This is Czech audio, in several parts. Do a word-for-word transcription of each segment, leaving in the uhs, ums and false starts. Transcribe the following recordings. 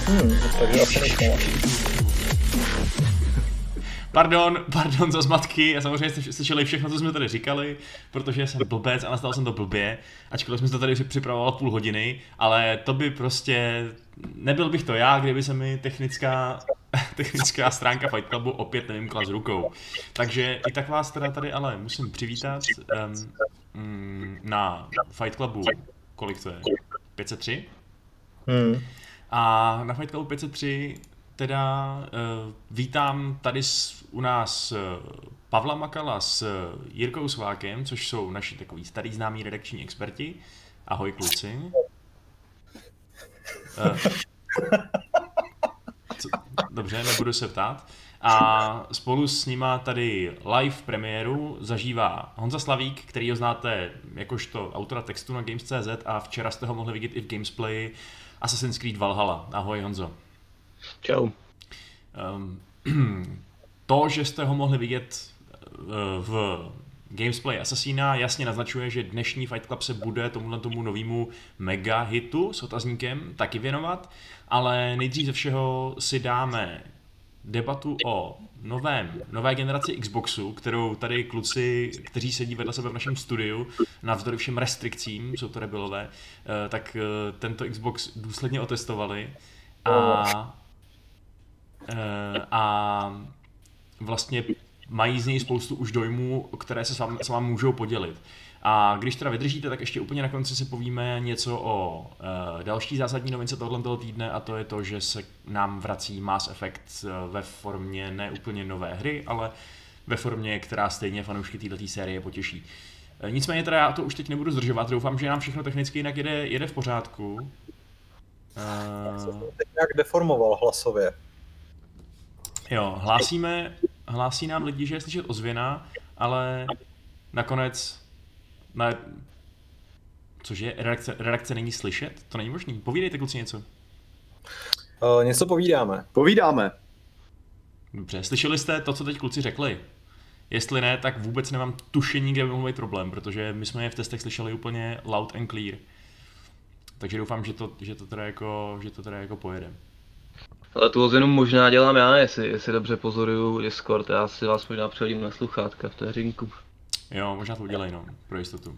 Hmm, takže asi nechtěla. Pardon, pardon za zmatky, a samozřejmě jste slyšeli všechno, co jsme tady říkali, protože jsem blbec a nastal jsem to blbě, ačkoliv jsme to tady připravoval půl hodiny, ale to by prostě, nebyl bych to já, kdyby se mi technická, technická stránka Fight Clubu opět nevymkla z rukou. Takže i tak vás teda tady ale musím přivítat um, na Fight Clubu, kolik to je? pět set tři? Hmm. A na Fight Clubu pět set tři teda uh, vítám tady s, u nás uh, Pavla Makala s uh, Jirkou Svákem, což jsou naši takový starý známí redakční experti. Ahoj kluci. Uh, co, dobře, nebudu se ptát. A spolu s nima tady live premiéru zažívá Honza Slavík, který ho znáte jakožto autora textu na Games tečka cé zet a včera jste ho mohli vidět i v Gamesplay Assassin's Creed Valhalla. Ahoj Honzo. Čau. Um, to, že jste ho mohli vidět v Gamesplay Assassina, jasně naznačuje, že dnešní Fight Club se bude tomuhle tomu novému mega hitu s otazníkem taky věnovat, ale nejdřív ze všeho si dáme debatu o novém, nové generaci Xboxu, kterou tady kluci, kteří sedí vedle sebe v našem studiu, navzdory všem restrikcím, jsou to rebelové, tak tento Xbox důsledně otestovali a a vlastně mají z něj spoustu už dojmů, které se s vámi, s vámi můžou podělit. A když teda vydržíte, tak ještě úplně na konci si povíme něco o uh, další zásadní novince tohoto týdne, a to je to, že se nám vrací Mass Effect ve formě ne úplně nové hry, ale ve formě, která stejně fanoušky této série potěší. Uh, nicméně teda já to už teď nebudu zdržovat, doufám, že nám všechno technicky jinak jede, jede v pořádku. Uh... Já jsem to teď nějak deformoval hlasově. Jo, hlásíme, hlásí nám lidi, že je slyšet ozvěna, ale nakonec, ne, cože, redakce, redakce není slyšet? To není možný. Povídejte kluci něco. Uh, něco povídáme. Povídáme. Dobře, slyšeli jste to, co teď kluci řekli? Jestli ne, tak vůbec nemám tušení, kde by mohl být problém, protože my jsme je v testech slyšeli úplně loud and clear. Takže doufám, že to, že to teda jako, že to teda jako pojede. Ale tu ozvěnu možná dělám já, jestli, jestli dobře pozoruju Discord, já si vás možná přehodím na sluchátka v vteřinku. Jo, možná to udělej, no, pro jistotu.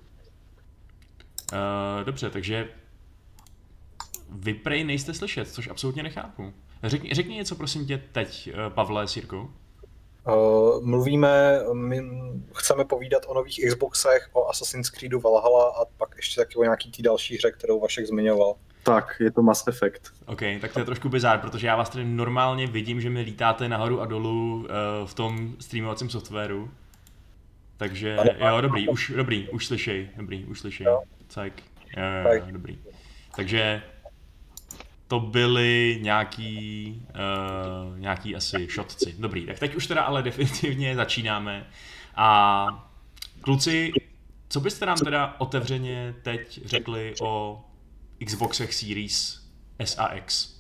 Uh, dobře, takže vy prej nejste slyšet, což absolutně nechápu. Řekni, řekni něco, prosím tě, teď, Pavle s Jirkou. Uh, mluvíme, my chceme povídat o nových Xboxech, o Assassin's Creedu Valhalla a pak ještě taky o nějaký tý další hře, kterou Vašek zmiňoval. Tak, je to Mass Effect. OK, tak to je trošku bizár, protože já vás tady normálně vidím, že mi lítáte nahoru a dolů uh, v tom streamovacím softwaru. Takže jo, dobrý, už, dobrý, už slyšej, dobrý, už slyšej. Cajk, jo, jo, dobrý. Takže to byly nějaký, uh, nějaký asi šotci. Dobrý, tak teď už teda ale definitivně začínáme. A kluci, co byste nám teda otevřeně teď řekli o Xboxech Series S a X?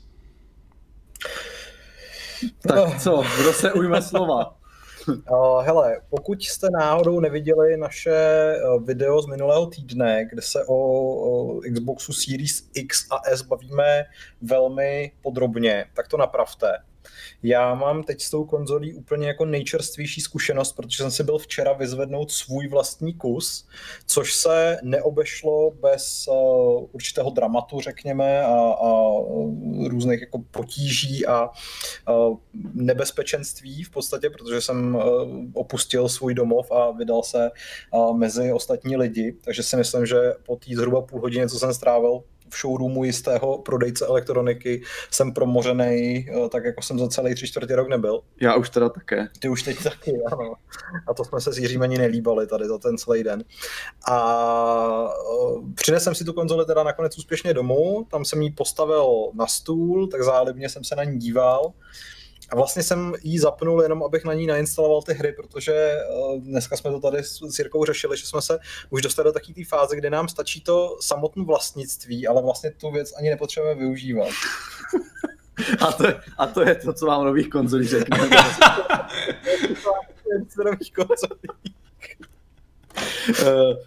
Tak co, kdo se ujme slova? Uh, hele, pokud jste náhodou neviděli naše video z minulého týdne, kde se o, o Xboxu Series X a S bavíme velmi podrobně, tak to napravte. Já mám teď s tou konzolí úplně jako nejčerstvější zkušenost, protože jsem si byl včera vyzvednout svůj vlastní kus, což se neobešlo bez uh, určitého dramatu, řekněme, a, a různých jako potíží a uh, nebezpečenství v podstatě, protože jsem uh, opustil svůj domov a vydal se uh, mezi ostatní lidi, takže si myslím, že po té zhruba půl hodině, co jsem strávil v showroomu jistého prodejce elektroniky, jsem promořenej, tak jako jsem za celý tři čtvrtě rok nebyl. Já už teda také. Ty už teď taky, ano. A to jsme se s Jiřím ani nelíbali tady za ten celý den. A přinesl si tu konzoli teda nakonec úspěšně domů, tam jsem ji postavil na stůl, tak zálibně jsem se na ní díval. A vlastně jsem jí zapnul jenom, abych na ní nainstaloval ty hry, protože dneska jsme to tady s Jirkou řešili, že jsme se už dostali do takové té fáze, kde nám stačí to samotné vlastnictví, ale vlastně tu věc ani nepotřebujeme využívat. A to, je, a to je to, co vám nových konzolí řekne. nových konzolí.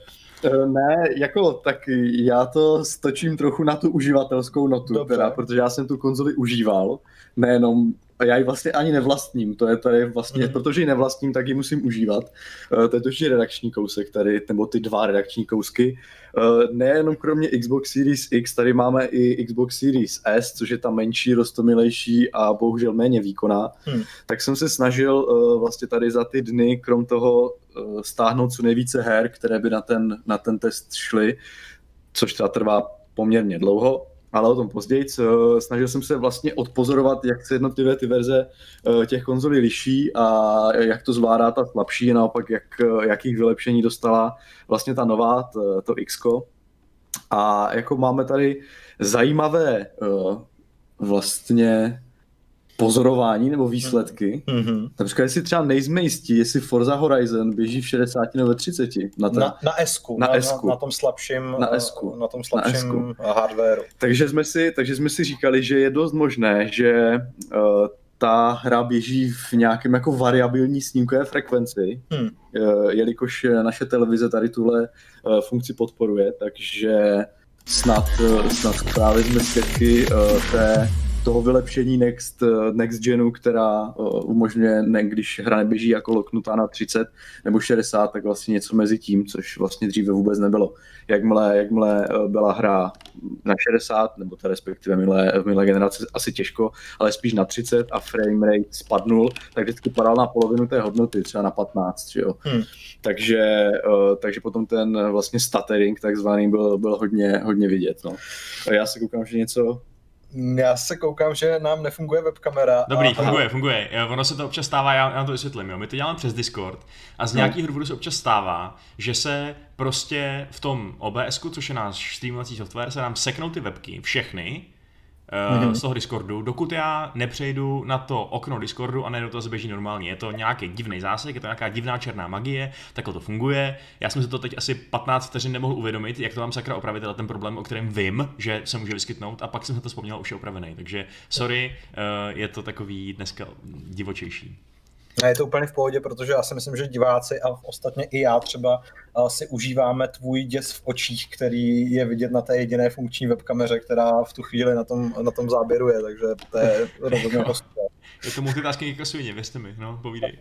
Ne, jako tak já to stočím trochu na tu uživatelskou notu, teda, protože já jsem tu konzoli užíval, nejenom, já ji vlastně ani nevlastním, to je tady vlastně, mm. protože ji nevlastním, tak ji musím užívat. To je totiž redakční kousek tady, nebo ty dva redakční kousky. Nejenom kromě Xbox Series X, tady máme i Xbox Series S, což je ta menší, roztomilejší a bohužel méně výkonná. Mm. Tak jsem se snažil vlastně tady za ty dny, krom toho stáhnout co nejvíce her, které by na ten, na ten test šly, což třeba trvá poměrně dlouho, ale o tom později. Snažil jsem se vlastně odpozorovat, jak se jednotlivé ty verze těch konzolí liší a jak to zvládá ta slabší, a naopak jak, jakých vylepšení dostala vlastně ta nová, to, to X-ko. A jako máme tady zajímavé vlastně pozorování nebo výsledky. Mm-hmm. Například, jestli třeba nejsme jistí, jestli Forza Horizon běží v šedesáti nebo ve třiceti. Na, ten, na, na S-ku, na, na, S-ku. Na, na tom slabším, na S-ku. Na tom slabším na hardwareu. Takže jsme, si, takže jsme si říkali, že je dost možné, že uh, ta hra běží v nějakém jako variabilní snímkové frekvenci, hmm. uh, jelikož naše televize tady tuhle uh, funkci podporuje, takže snad, uh, snad právě jsme svědky uh, té toho vylepšení Next, Next Genu, která uh, umožňuje, ne, když hra neběží jako loknutá na třicet nebo šedesát, tak vlastně něco mezi tím, což vlastně dříve vůbec nebylo. Jakmile, jakmile byla hra na šedesát, nebo to respektive minulé, v minulé generaci asi těžko, ale spíš na třicet a frame rate spadnul, tak vždycky padal na polovinu té hodnoty, třeba na patnáct. Jo? Hmm. Takže, uh, takže potom ten vlastně stuttering takzvaný byl, byl hodně, hodně vidět. No. Já se koukám, že něco... Já se koukám, že nám nefunguje webkamera. Dobrý, a... funguje, funguje. Ono se to občas stává, já, já to vysvětlím. Jo. My to děláme přes Discord a z nějakých důvodů se občas stává, že se prostě v tom O B S ku, což je náš streamovací software, se nám seknou ty webky, všechny, mm-hmm. z toho Discordu, dokud já nepřejdu na to okno Discordu a najednou to zběží normálně. Je to nějaký divný zásek, je to nějaká divná černá magie, takhle to funguje. Já jsem si to teď asi patnáct vteřin nemohl uvědomit, jak to mám sakra opravit, ale ten problém, o kterém vím, že se může vyskytnout, a pak jsem se to vzpomněl, už je opravený. Takže sorry, je to takový dneska divočejší. Ne, je to úplně v pohodě, protože já si myslím, že diváci a ostatně i já třeba si užíváme tvůj děs v očích, který je vidět na té jediné funkční webkameře, která v tu chvíli na tom, na tom záběru je, takže to je rozhodně hostné. Je to multitasking jako svině, věřte mi, no, povídej.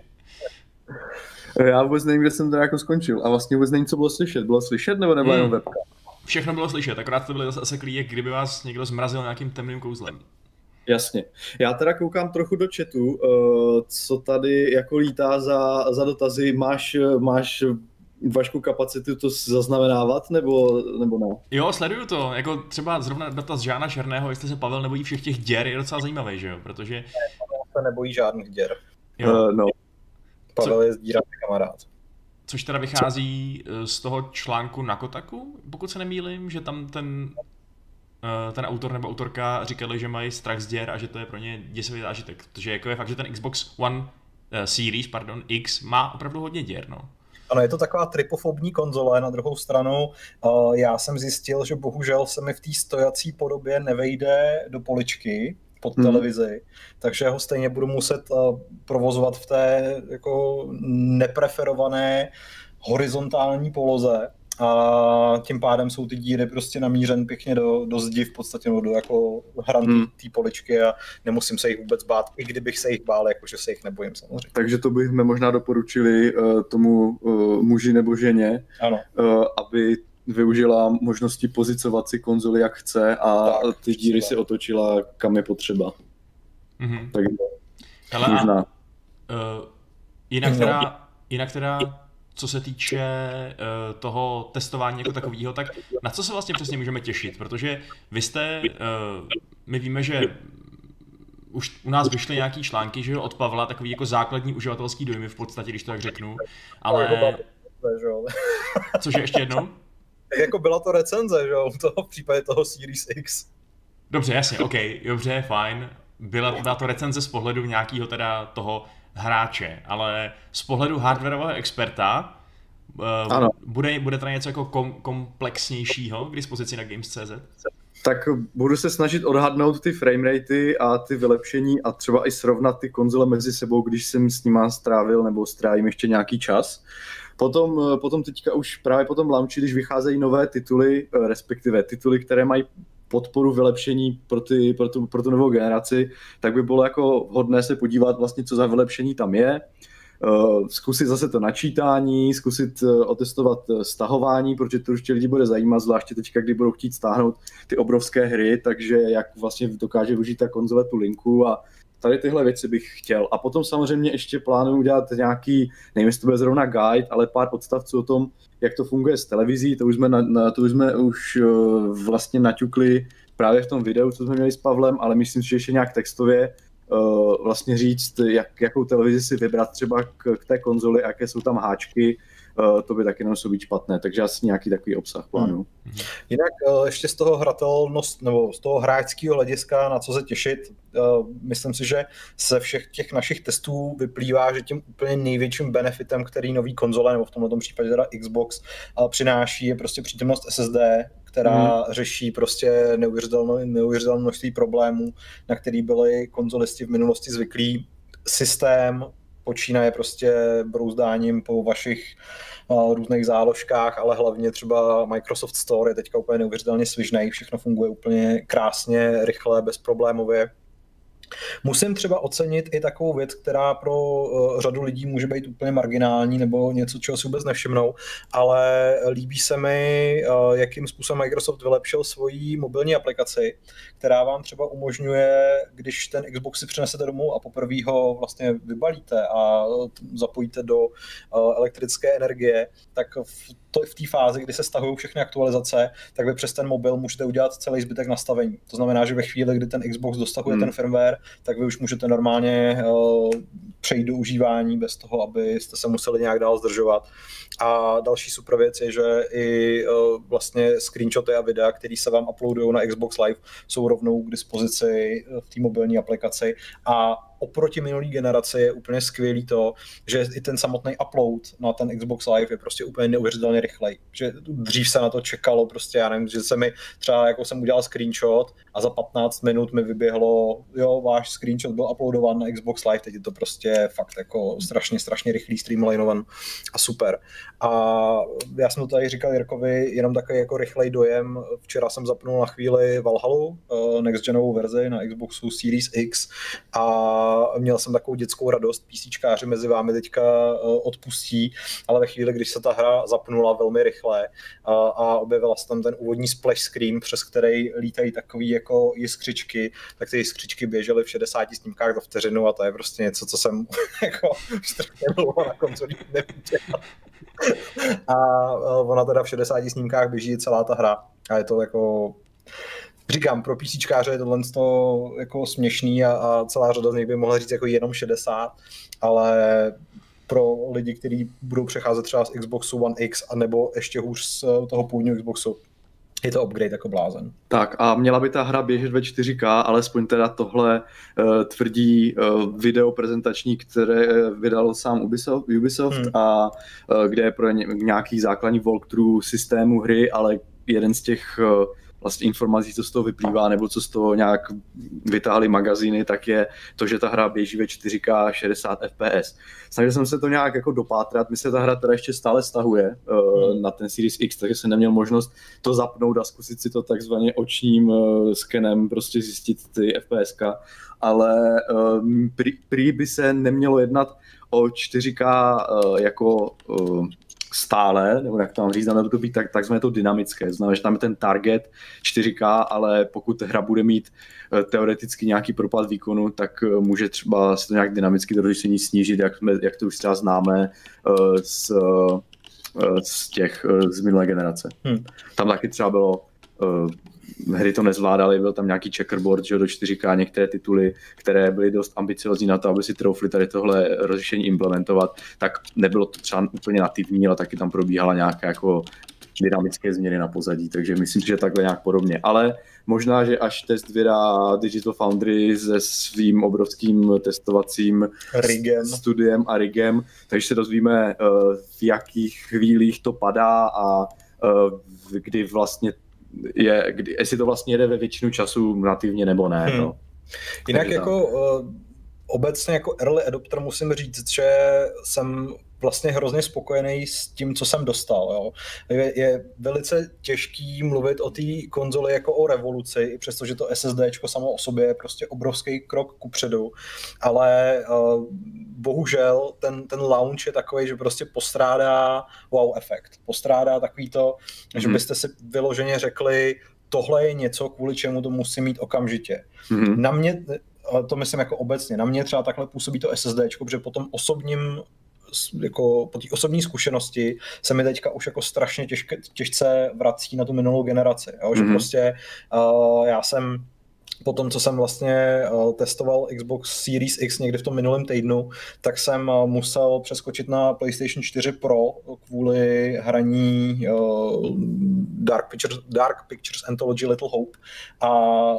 Já vůbec nevím, kde jsem to jako skončil a vlastně vůbec nevím, co bylo slyšet. Bylo slyšet nebo nebyla hmm. jenom webka? Všechno bylo slyšet, akorát to byly zase klíje, kdyby vás někdo zmrazil nějakým temným kouzlem. Jasně. Já teda koukám trochu do chatu, co tady jako lítá za, za dotazy. Máš, máš Vašku kapacitu to zaznamenávat, nebo, nebo ne? Jo, sleduju to. Jako třeba zrovna dotaz Žána Černého, jestli se Pavel nebojí všech těch děr, je docela zajímavý, že jo? Protože... Ne, Pavel se nebojí žádných děr. Jo. Uh, no. Pavel Co? je sdíravý kamarád. Což teda vychází Co? z toho článku na Kotaku, pokud se nemýlím, že tam ten... ten autor nebo autorka říkali, že mají strach z děr a že to je pro ně děsivý zážitek. Protože jako je fakt, že ten Xbox One uh, Series, pardon, X má opravdu hodně děr, no. Ano, je to taková tripofobní konzole. Na druhou stranu uh, já jsem zjistil, že bohužel se mi v té stojací podobě nevejde do poličky pod hmm. televizi, takže ho stejně budu muset uh, provozovat v té jako nepreferované horizontální poloze. A tím pádem jsou ty díry prostě namířen pěkně do, do zdi v podstatě, do jako hran hmm. té poličky a nemusím se jich vůbec bát, i kdybych se jich bál, jakože se jich nebojím samozřejmě. Takže to bychom možná doporučili uh, tomu uh, muži nebo ženě, ano. Uh, aby využila možnosti pozicovat si konzoli jak chce a tak, ty díry třeba si otočila kam je potřeba. Mm-hmm. Takže hele, možná. Uh, jinak teda, jinak teda co se týče uh, toho testování jako takového, tak na co se vlastně přesně můžeme těšit? Protože vy jste, uh, my víme, že už u nás vyšly nějaký články, že od Pavla, takový jako základní uživatelský dojmy v podstatě, když to tak řeknu, ale... Cože, ještě jednou? Tak jako byla to recenze, že jo, toho v případě toho Series X. Dobře, jasně, ok, dobře, fajn. Byla, byla to recenze z pohledu nějakého teda toho hráče, ale z pohledu hardwarového experta uh, bude, bude tady něco jako kom, komplexnějšího k dispozici na Games tečka cé zet? Tak budu se snažit odhadnout ty frameratey a ty vylepšení a třeba i srovnat ty konzole mezi sebou, když jsem s nima strávil nebo strávím ještě nějaký čas. Potom, potom teďka už právě po tom launchi, když vycházejí nové tituly, respektive tituly, které mají podporu vylepšení pro, ty, pro, tu, pro tu novou generaci, tak by bylo jako vhodné se podívat vlastně, co za vylepšení tam je. Uh, zkusit zase to načítání, zkusit uh, otestovat uh, stahování, protože to určitě lidi bude zajímat, zvláště teďka, kdy budou chtít stáhnout ty obrovské hry, takže jak vlastně dokáže využít ta konzole tu linku a tady tyhle věci bych chtěl. A potom samozřejmě ještě plánuju udělat nějaký, nevím, jestli to bude zrovna guide, ale pár odstavců o tom, jak to funguje s televizí, to už jsme, na, na, to už, jsme už uh, vlastně naťukli právě v tom videu, co jsme měli s Pavlem, ale myslím si, že ještě nějak textově uh, vlastně říct, jak, jakou televizi si vybrat třeba k, k té konzoli, jaké jsou tam háčky, uh, to by taky nemuselo být špatné, takže asi nějaký takový obsah plánu. Hmm. Jinak uh, ještě z toho hratelnost, nebo z toho hráčského hlediska, na co se těšit, uh, myslím si, že ze všech těch našich testů vyplývá, že tím úplně největším benefitem, který nový konzole, nebo v tomto případě teda Xbox, uh, přináší, je prostě přítomnost S S D, která hmm. řeší prostě neuvěřitelné, neuvěřitelné množství problémů, na který byli konzolisti v minulosti zvyklí. Systém počínaje prostě brouzdáním po vašich uh, různých záložkách, ale hlavně třeba Microsoft Store je teďka úplně neuvěřitelně svižnej, všechno funguje úplně krásně, rychle, bezproblémově. Musím třeba ocenit i takovou věc, která pro uh, řadu lidí může být úplně marginální nebo něco, čeho si vůbec nevšimnou, ale líbí se mi, uh, jakým způsobem Microsoft vylepšil svoji mobilní aplikaci, která vám třeba umožňuje, když ten Xbox si přinesete domů a poprvé ho vlastně vybalíte a zapojíte do uh, elektrické energie, tak v to v té fázi, kdy se stahují všechny aktualizace, tak vy přes ten mobil můžete udělat celý zbytek nastavení. To znamená, že ve chvíli, kdy ten Xbox dostahuje hmm. ten firmware, tak vy už můžete normálně uh, přejít do užívání bez toho, abyste se museli nějak dál zdržovat. A další super věc je, že i uh, vlastně screenshoty a videa, které se vám uploadují na Xbox Live, jsou rovnou k dispozici v té mobilní aplikaci. A oproti minulý generaci je úplně skvělý to, že i ten samotný upload na ten Xbox Live je prostě úplně neuvěřitelně rychlej. Že dřív se na to čekalo prostě, já nevím, že se mi třeba jako jsem udělal screenshot a za patnáct minut mi vyběhlo, jo, váš screenshot byl uploadován na Xbox Live, teď je to prostě fakt jako strašně, strašně rychlý, streamlinovan a super. A já jsem to tady říkal Jirkovi, jenom takový jako rychlej dojem, včera jsem zapnul na chvíli Valhallu, next genovou verzi na Xboxu Series X a měl jsem takovou dětskou radost, PCčkáři mezi vámi teďka odpustí, ale ve chvíli, když se ta hra zapnula velmi rychle a, a objevila se tam ten úvodní splash screen, přes který lítají takový jako jiskřičky, tak ty jiskřičky běžely v šedesáti snímkách za vteřinu a to je prostě něco, co jsem jako strašně dlouho na konzoli neviděl. A ona teda v šedesáti snímkách běží celá ta hra a je to jako... Říkám, pro PCčkáře je tohle jako směšný a, a celá řada z nich by mohla říct jako jenom šedesát, ale pro lidi, kteří budou přecházet třeba z Xboxu One X a nebo ještě hůř z toho původního Xboxu, je to upgrade jako blázen. Tak a měla by ta hra běžet ve čtyři ká, alespoň teda tohle uh, tvrdí uh, video prezentační, které vydal sám Ubisoft, Ubisoft hmm. a uh, kde je pro ně, nějaký základní walkthrough systému hry, ale jeden z těch uh, vlastně informací, co z toho vyplývá, nebo co z toho nějak vytáhli magazíny, tak je to, že ta hra běží ve čtyři ká šedesát ef pé es. Snažil jsem se to nějak jako dopátrat, mi se ta hra teda ještě stále stahuje uh, na ten Series X, takže jsem neměl možnost to zapnout a zkusit si to takzvaně očním uh, skenem prostě zjistit ty ef pé eska, ale uh, prý, prý by se nemělo jednat o čtyři ká uh, jako uh, stále, nebo jak to mám říct, znamená to být tak, takzvané to dynamické. Znamená, že tam je ten target čtyři ká, ale pokud hra bude mít teoreticky nějaký propad výkonu, tak může třeba se to nějak dynamicky to rozlišení snížit, jak, jak to už třeba známe z, z těch z minulé generace. Hmm. Tam taky třeba bylo hry to nezvládaly, byl tam nějaký checkerboard, že do čtyři ká, některé tituly, které byly dost ambiciozní na to, aby si troufli tady tohle rozlišení implementovat, tak nebylo to třeba úplně nativní, ale taky tam probíhala nějaké jako dynamické změny na pozadí, takže myslím, že takhle nějak podobně. Ale možná, že až test vydá Digital Foundry se svým obrovským testovacím rigem. studiem a rigem, takže se dozvíme, v jakých chvílích to padá a kdy vlastně je, kdy, jestli to vlastně jede ve většinu času nativně nebo ne. Hmm. No. Jinak jako uh, obecně jako early adopter musím říct, že jsem vlastně hrozně spokojený s tím, co jsem dostal. Jo. Je, je velice těžký mluvit o té konzoli jako o revoluci, i přestože to SSDčko samo o sobě je prostě obrovský krok kupředu, ale uh, bohužel ten, ten launch je takový, že prostě postrádá wow efekt. Postrádá takový to, mm. že byste si vyloženě řekli, tohle je něco, kvůli čemu to musí mít okamžitě. Mm. Na mě, to myslím jako obecně, na mě třeba takhle působí to SSDčko, protože po tom osobním jako po té osobní zkušenosti se mi teďka už jako strašně těžké, těžce vrací na tu minulou generaci. Jo? Mm-hmm. Že prostě uh, já jsem po tom, co jsem vlastně uh, testoval Xbox Series X někdy v tom minulém týdnu, tak jsem uh, musel přeskočit na PlayStation čtyři Pro kvůli hraní uh, Dark Pictures, Dark Pictures Anthology Little Hope a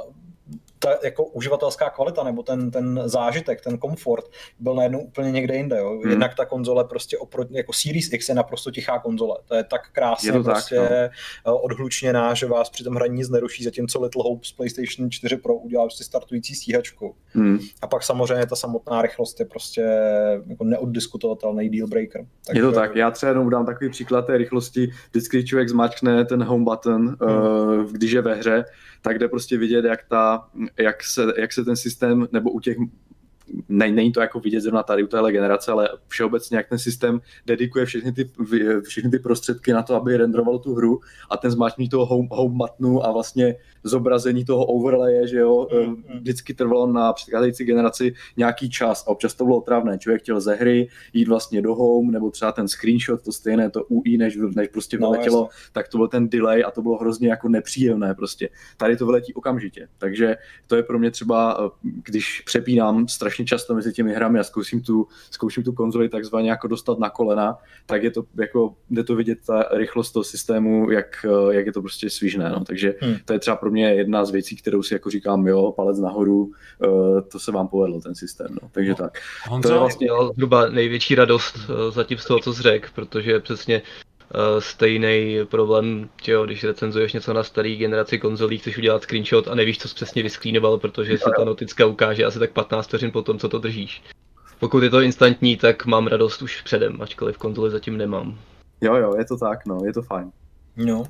ta jako uživatelská kvalita nebo ten, ten zážitek, ten komfort byl najednou úplně někde jinde. Jo. Hmm. Jednak ta konzole prostě oproti, jako Series X je naprosto tichá konzole. To je tak krásně je to prostě tak, no. odhlučněná, že vás při tom hraní nic neruší, zatímco Little Hope z PlayStation čtyři Pro udělal prostě startující stíhačku. Hmm. A pak samozřejmě ta samotná rychlost je prostě jako neoddiskutovatelný deal breaker. Takže... Je to tak, já třeba jenom dám takový příklad té rychlosti, vždycky, když člověk zmáčkne ten home button, hmm. uh, když je ve hře, tak jde prostě vidět, jak, ta, jak, se, jak se ten systém, nebo u těch, ne, není to jako vidět zrovna tady u téhle generace, ale všeobecně, jak ten systém dedikuje všechny ty, všechny ty prostředky na to, aby renderoval tu hru a ten zmáčknutí toho home, home buttonu a vlastně zobrazení toho overlaye, že jo, mm, vždycky trvalo na předcházející generaci nějaký čas a občas to bylo otravné. Člověk chtěl ze hry jít vlastně do home, nebo třeba ten screenshot, to stejné, to U I, než, než prostě vyletělo, no, tak to byl ten delay a to bylo hrozně jako nepříjemné prostě. Tady to vyletí okamžitě, takže to je pro mě třeba, když přepínám strašně často mezi těmi hrami a zkouším tu, zkouším tu konzoli takzvaně jako dostat na kolena, tak je to jako, jde to vidět ta rychlost toho systému, jak, jak je to prostě svížné, no. Takže hmm. to je třeba pro mě jedna z věcí, kterou si jako říkám, jo, palec nahoru, uh, to se vám povedlo, ten systém, no. Takže no. tak. Honzo, to je vlastně zhruba největší radost uh, zatím z toho, co jsi řekl, protože přesně uh, stejný problém, jo, když recenzuješ něco na starý generaci konzolí, chceš udělat screenshot a nevíš, co jsi přesně vysklínoval, protože se ta noticka ukáže asi tak patnáct vteřin po tom, co to držíš. Pokud je to instantní, tak mám radost už předem, ačkoliv konzoli zatím nemám. Jo, jo, je to tak, no, je to fajn. No.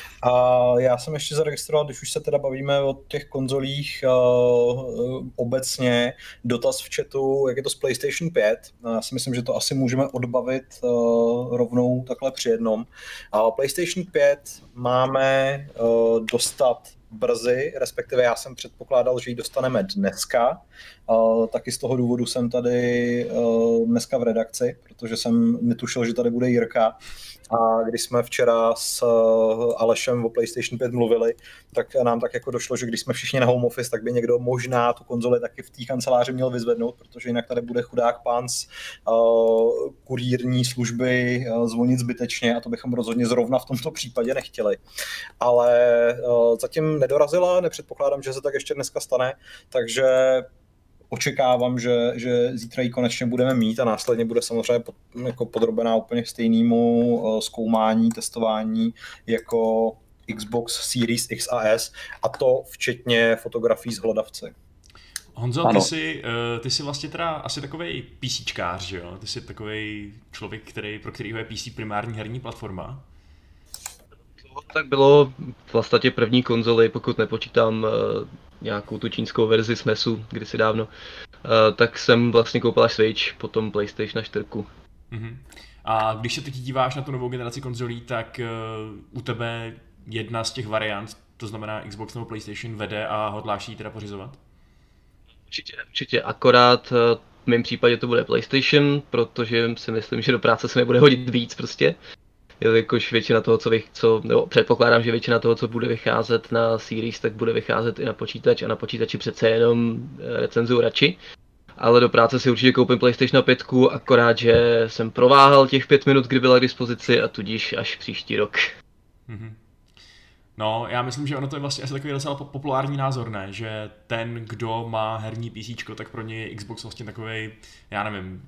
A já jsem ještě zaregistroval, když už se teda bavíme o těch konzolích uh, obecně, dotaz v chatu, jak je to s PlayStation pět. Já si myslím, že to asi můžeme odbavit uh, rovnou takhle při jednom. Uh, PlayStation pět máme uh, dostat brzy, respektive já jsem předpokládal, že ji dostaneme dneska. Uh, taky z toho důvodu jsem tady uh, dneska v redakci, protože jsem netušil, že tady bude Jirka. A když jsme včera s Alešem o PlayStation pět mluvili, tak nám tak jako došlo, že když jsme všichni na home office, tak by někdo možná tu konzoli taky v té kanceláři měl vyzvednout, protože jinak tady bude chudák pán z uh, kurýrní služby uh, zvonit zbytečně a to bychom rozhodně zrovna v tomto případě nechtěli. Ale uh, zatím nedorazila, nepředpokládám, že se tak ještě dneska stane, takže očekávám, že, že zítra ji konečně budeme mít a následně bude samozřejmě pod, jako podrobená úplně stejnému uh, zkoumání, testování jako Xbox Series X a S, a to včetně fotografií z hlodavce. Honzo, ty jsi, uh, ty jsi vlastně teda asi takovej PCčkář, že jo? Ty jsi takovej člověk, který, pro kterýho je P C primární herní platforma. Tak bylo v podstatě první konzoli, pokud nepočítám uh, nějakou tu čínskou verzi S M E S u kdysi dávno, uh, tak jsem vlastně koupil až Switch, potom PlayStation čtyři. Uh-huh. A když se teď díváš na tu novou generaci konzolí, tak uh, u tebe jedna z těch variant, to znamená Xbox nebo PlayStation, vede a hodláš ji teda pořizovat? Určitě, určitě, akorát uh, v mém případě to bude PlayStation, protože si myslím, že do práce se nebude hodit víc prostě. Jelikož většina toho, co, vych, co nebo předpokládám, že většina toho, co bude vycházet na Series, tak bude vycházet i na počítač a na počítači přece jenom recenzuju radši. Ale do práce si určitě koupím PlayStation pět, akorát, že jsem prováhal těch pět minut, kdy byla k dispozici a tudíž až příští rok. Mm-hmm. No, já myslím, že ono to je vlastně asi takový docela populární názor, ne? Že ten, kdo má herní PCčko, tak pro něj je Xbox vlastně takovej, já nevím,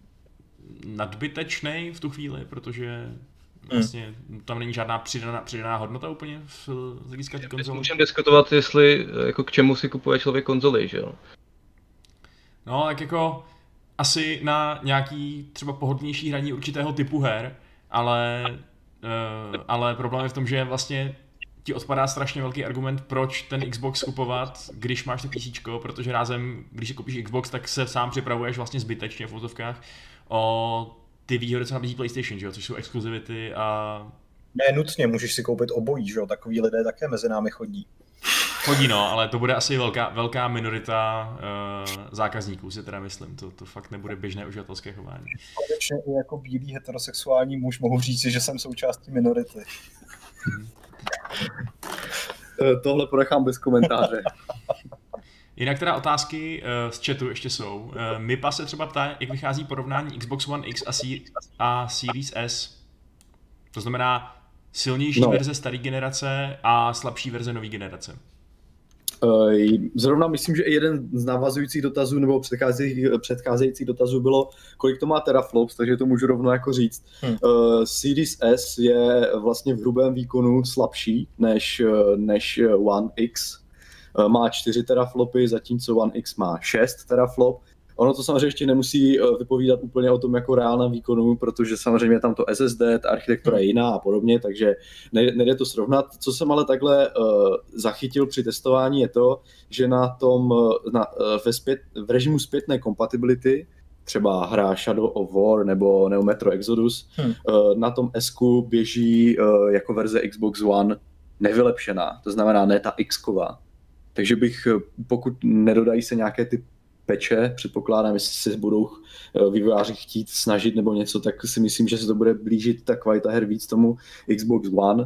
nadbytečnej v tu chvíli, protože vlastně tam není žádná přidaná, přidaná hodnota úplně z hlediska té konzole. Můžeme diskutovat, jestli jako k čemu si kupuje člověk konzoli, že jo? No, tak jako asi na nějaký třeba pohodlnější hraní určitého typu her, ale, uh, ale problém je v tom, že vlastně ti odpadá strašně velký argument, proč ten Xbox kupovat, když máš to PCčko, protože rázem, když si koupíš Xbox, tak se sám připravuješ vlastně zbytečně v fotovkách o ty výhody, co nabízí PlayStation, že jo? Což jsou exkluzivity a... Ne nutně, můžeš si koupit obojí, že jo? Takový lidé také mezi námi chodí. Chodí no, ale to bude asi velká, velká minorita uh, zákazníků, si teda myslím. To, to fakt nebude běžné uživatelské chování. Konečně i jako bílý heterosexuální muž mohu říct, že jsem součástí minority. Hmm. Tohle ponechám bez komentáře. Jinak teda otázky uh, z chatu ještě jsou. Uh, Mipa se třeba ptá, jak vychází porovnání Xbox One X a, C- a Series S. To znamená silnější no. verze staré generace a slabší verze nové generace. Zrovna myslím, že i jeden z navazujících dotazů nebo předcházejících, předcházejících dotazů bylo, kolik to má teraflops, takže to můžu rovnou jako říct. Hmm. Uh, Series S je vlastně v hrubém výkonu slabší než, než One X. Uh, má čtyři teraflopy, zatímco One X má šest teraflop. Ono to samozřejmě ještě nemusí vypovídat úplně o tom jako reálném výkonu, protože samozřejmě tam to S S D, ta architektura je jiná a podobně, takže nejde to srovnat. Co jsem ale takhle uh, zachytil při testování je to, že na tom, na, ve zpět, v režimu zpětné kompatibility, třeba hra Shadow of War nebo, nebo Metro Exodus, hmm. uh, na tom S-ku běží uh, jako verze Xbox One nevylepšená, to znamená ne ta X-ková. Takže bych, pokud nedodají se nějaké ty peče, předpokládám, jestli se budou vývojáři chtít snažit nebo něco, tak si myslím, že se to bude blížit ta kvalita her víc tomu Xbox One,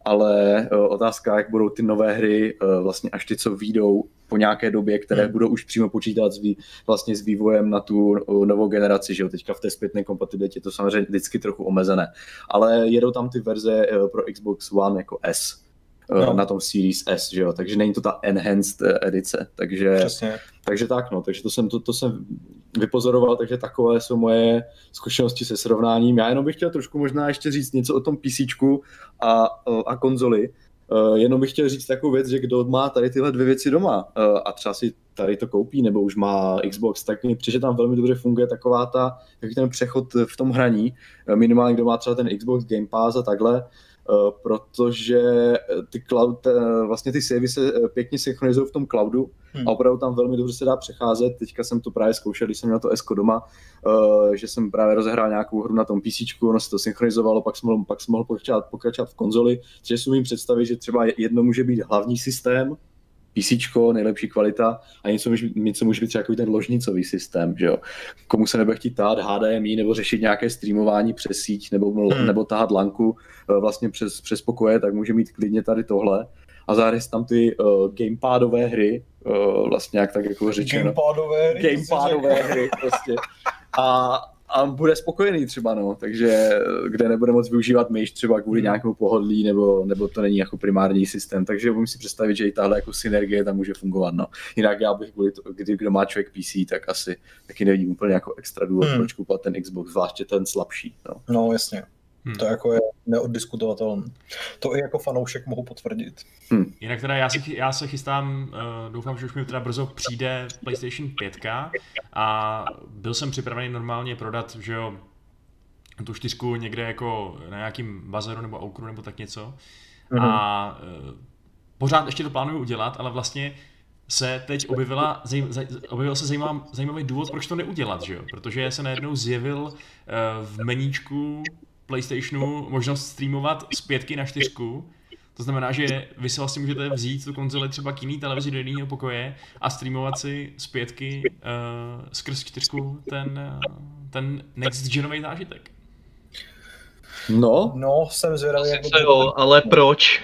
ale otázka, jak budou ty nové hry vlastně až ty, co vyjdou po nějaké době, které hmm. budou už přímo počítat s, vý, vlastně s vývojem na tu novou generaci, že jo, teďka v té zpětné kompatibilitě je to samozřejmě vždycky trochu omezené, ale jedou tam ty verze pro Xbox One jako S. No. Na tom Series S, že jo, takže není to ta enhanced edice, takže, takže tak no, takže to jsem, to, to jsem vypozoroval, takže takové jsou moje zkušenosti se srovnáním. Já jenom bych chtěl trošku možná ještě říct něco o tom PCčku a, a konzoli, uh, jenom bych chtěl říct takovou věc, že kdo má tady tyhle dvě věci doma uh, a třeba si tady to koupí nebo už má Xbox, tak mi přijde, že tam velmi dobře funguje taková ta, takový ten přechod v tom hraní, minimálně kdo má třeba ten Xbox Game Pass a takhle, Uh, protože ty cloud, uh, vlastně ty savey se uh, pěkně synchronizují v tom cloudu hmm. a opravdu tam velmi dobře se dá přecházet. Teďka jsem to právě zkoušel, když jsem měl to S-ko doma, uh, že jsem právě rozehrál nějakou hru na tom PCčku, ono se to synchronizovalo, pak jsem mohl, pak jsem mohl pokračovat, pokračovat v konzoli, takže si umím představit, že třeba jedno může být hlavní systém, PCčko, nejlepší kvalita a něco, něco může být třeba takový ten ložnicový systém, že jo. Komu se nebude chtít tahat H D M I nebo řešit nějaké streamování přes síť nebo, hmm. nebo tahat lanku vlastně přes, přes pokoje, tak může mít klidně tady tohle. A zároveň tam ty uh, gamepadové hry, uh, vlastně jak tak jako řečeno. Gamepadové hry. Gamepadové hry prostě. A A bude spokojený třeba, no, takže kde nebude moc využívat myš třeba kvůli nějakému pohodlí, nebo, nebo to není jako primární systém, takže umím si představit, že i tahle jako synergie tam může fungovat, no. Jinak já bych kvůli to, kdy kdo má člověk P C, tak asi taky nevidím úplně jako extra důvod, hmm. proč kupovat ten Xbox, zvláště ten slabší, no. No, jasně. Hmm. To jako je neoddiskutovatelné. To i jako fanoušek mohu potvrdit. Hmm. Jinak teda já se, já se chystám, uh, doufám, že už mi teda brzo přijde PlayStation pět a byl jsem připravený normálně prodat, že jo, tu čtyřku někde jako na nějakým bazaru nebo aukru nebo tak něco. Hmm. A uh, pořád ještě to plánuju udělat, ale vlastně se teď objevila, objevil se zajímavý, zajímavý důvod, proč to neudělat, že jo? Protože se najednou zjevil uh, v meníčku PlayStationu možnost streamovat z pětky na čtyřku. To znamená, že vy si vlastně můžete vzít tu konzoli třeba k jiný televizi do jiného pokoje a streamovat si z pětky uh, skrz čtyřku ten, uh, ten next genový zážitek. No, no jsem zvědavý. Jako jo, ale proč?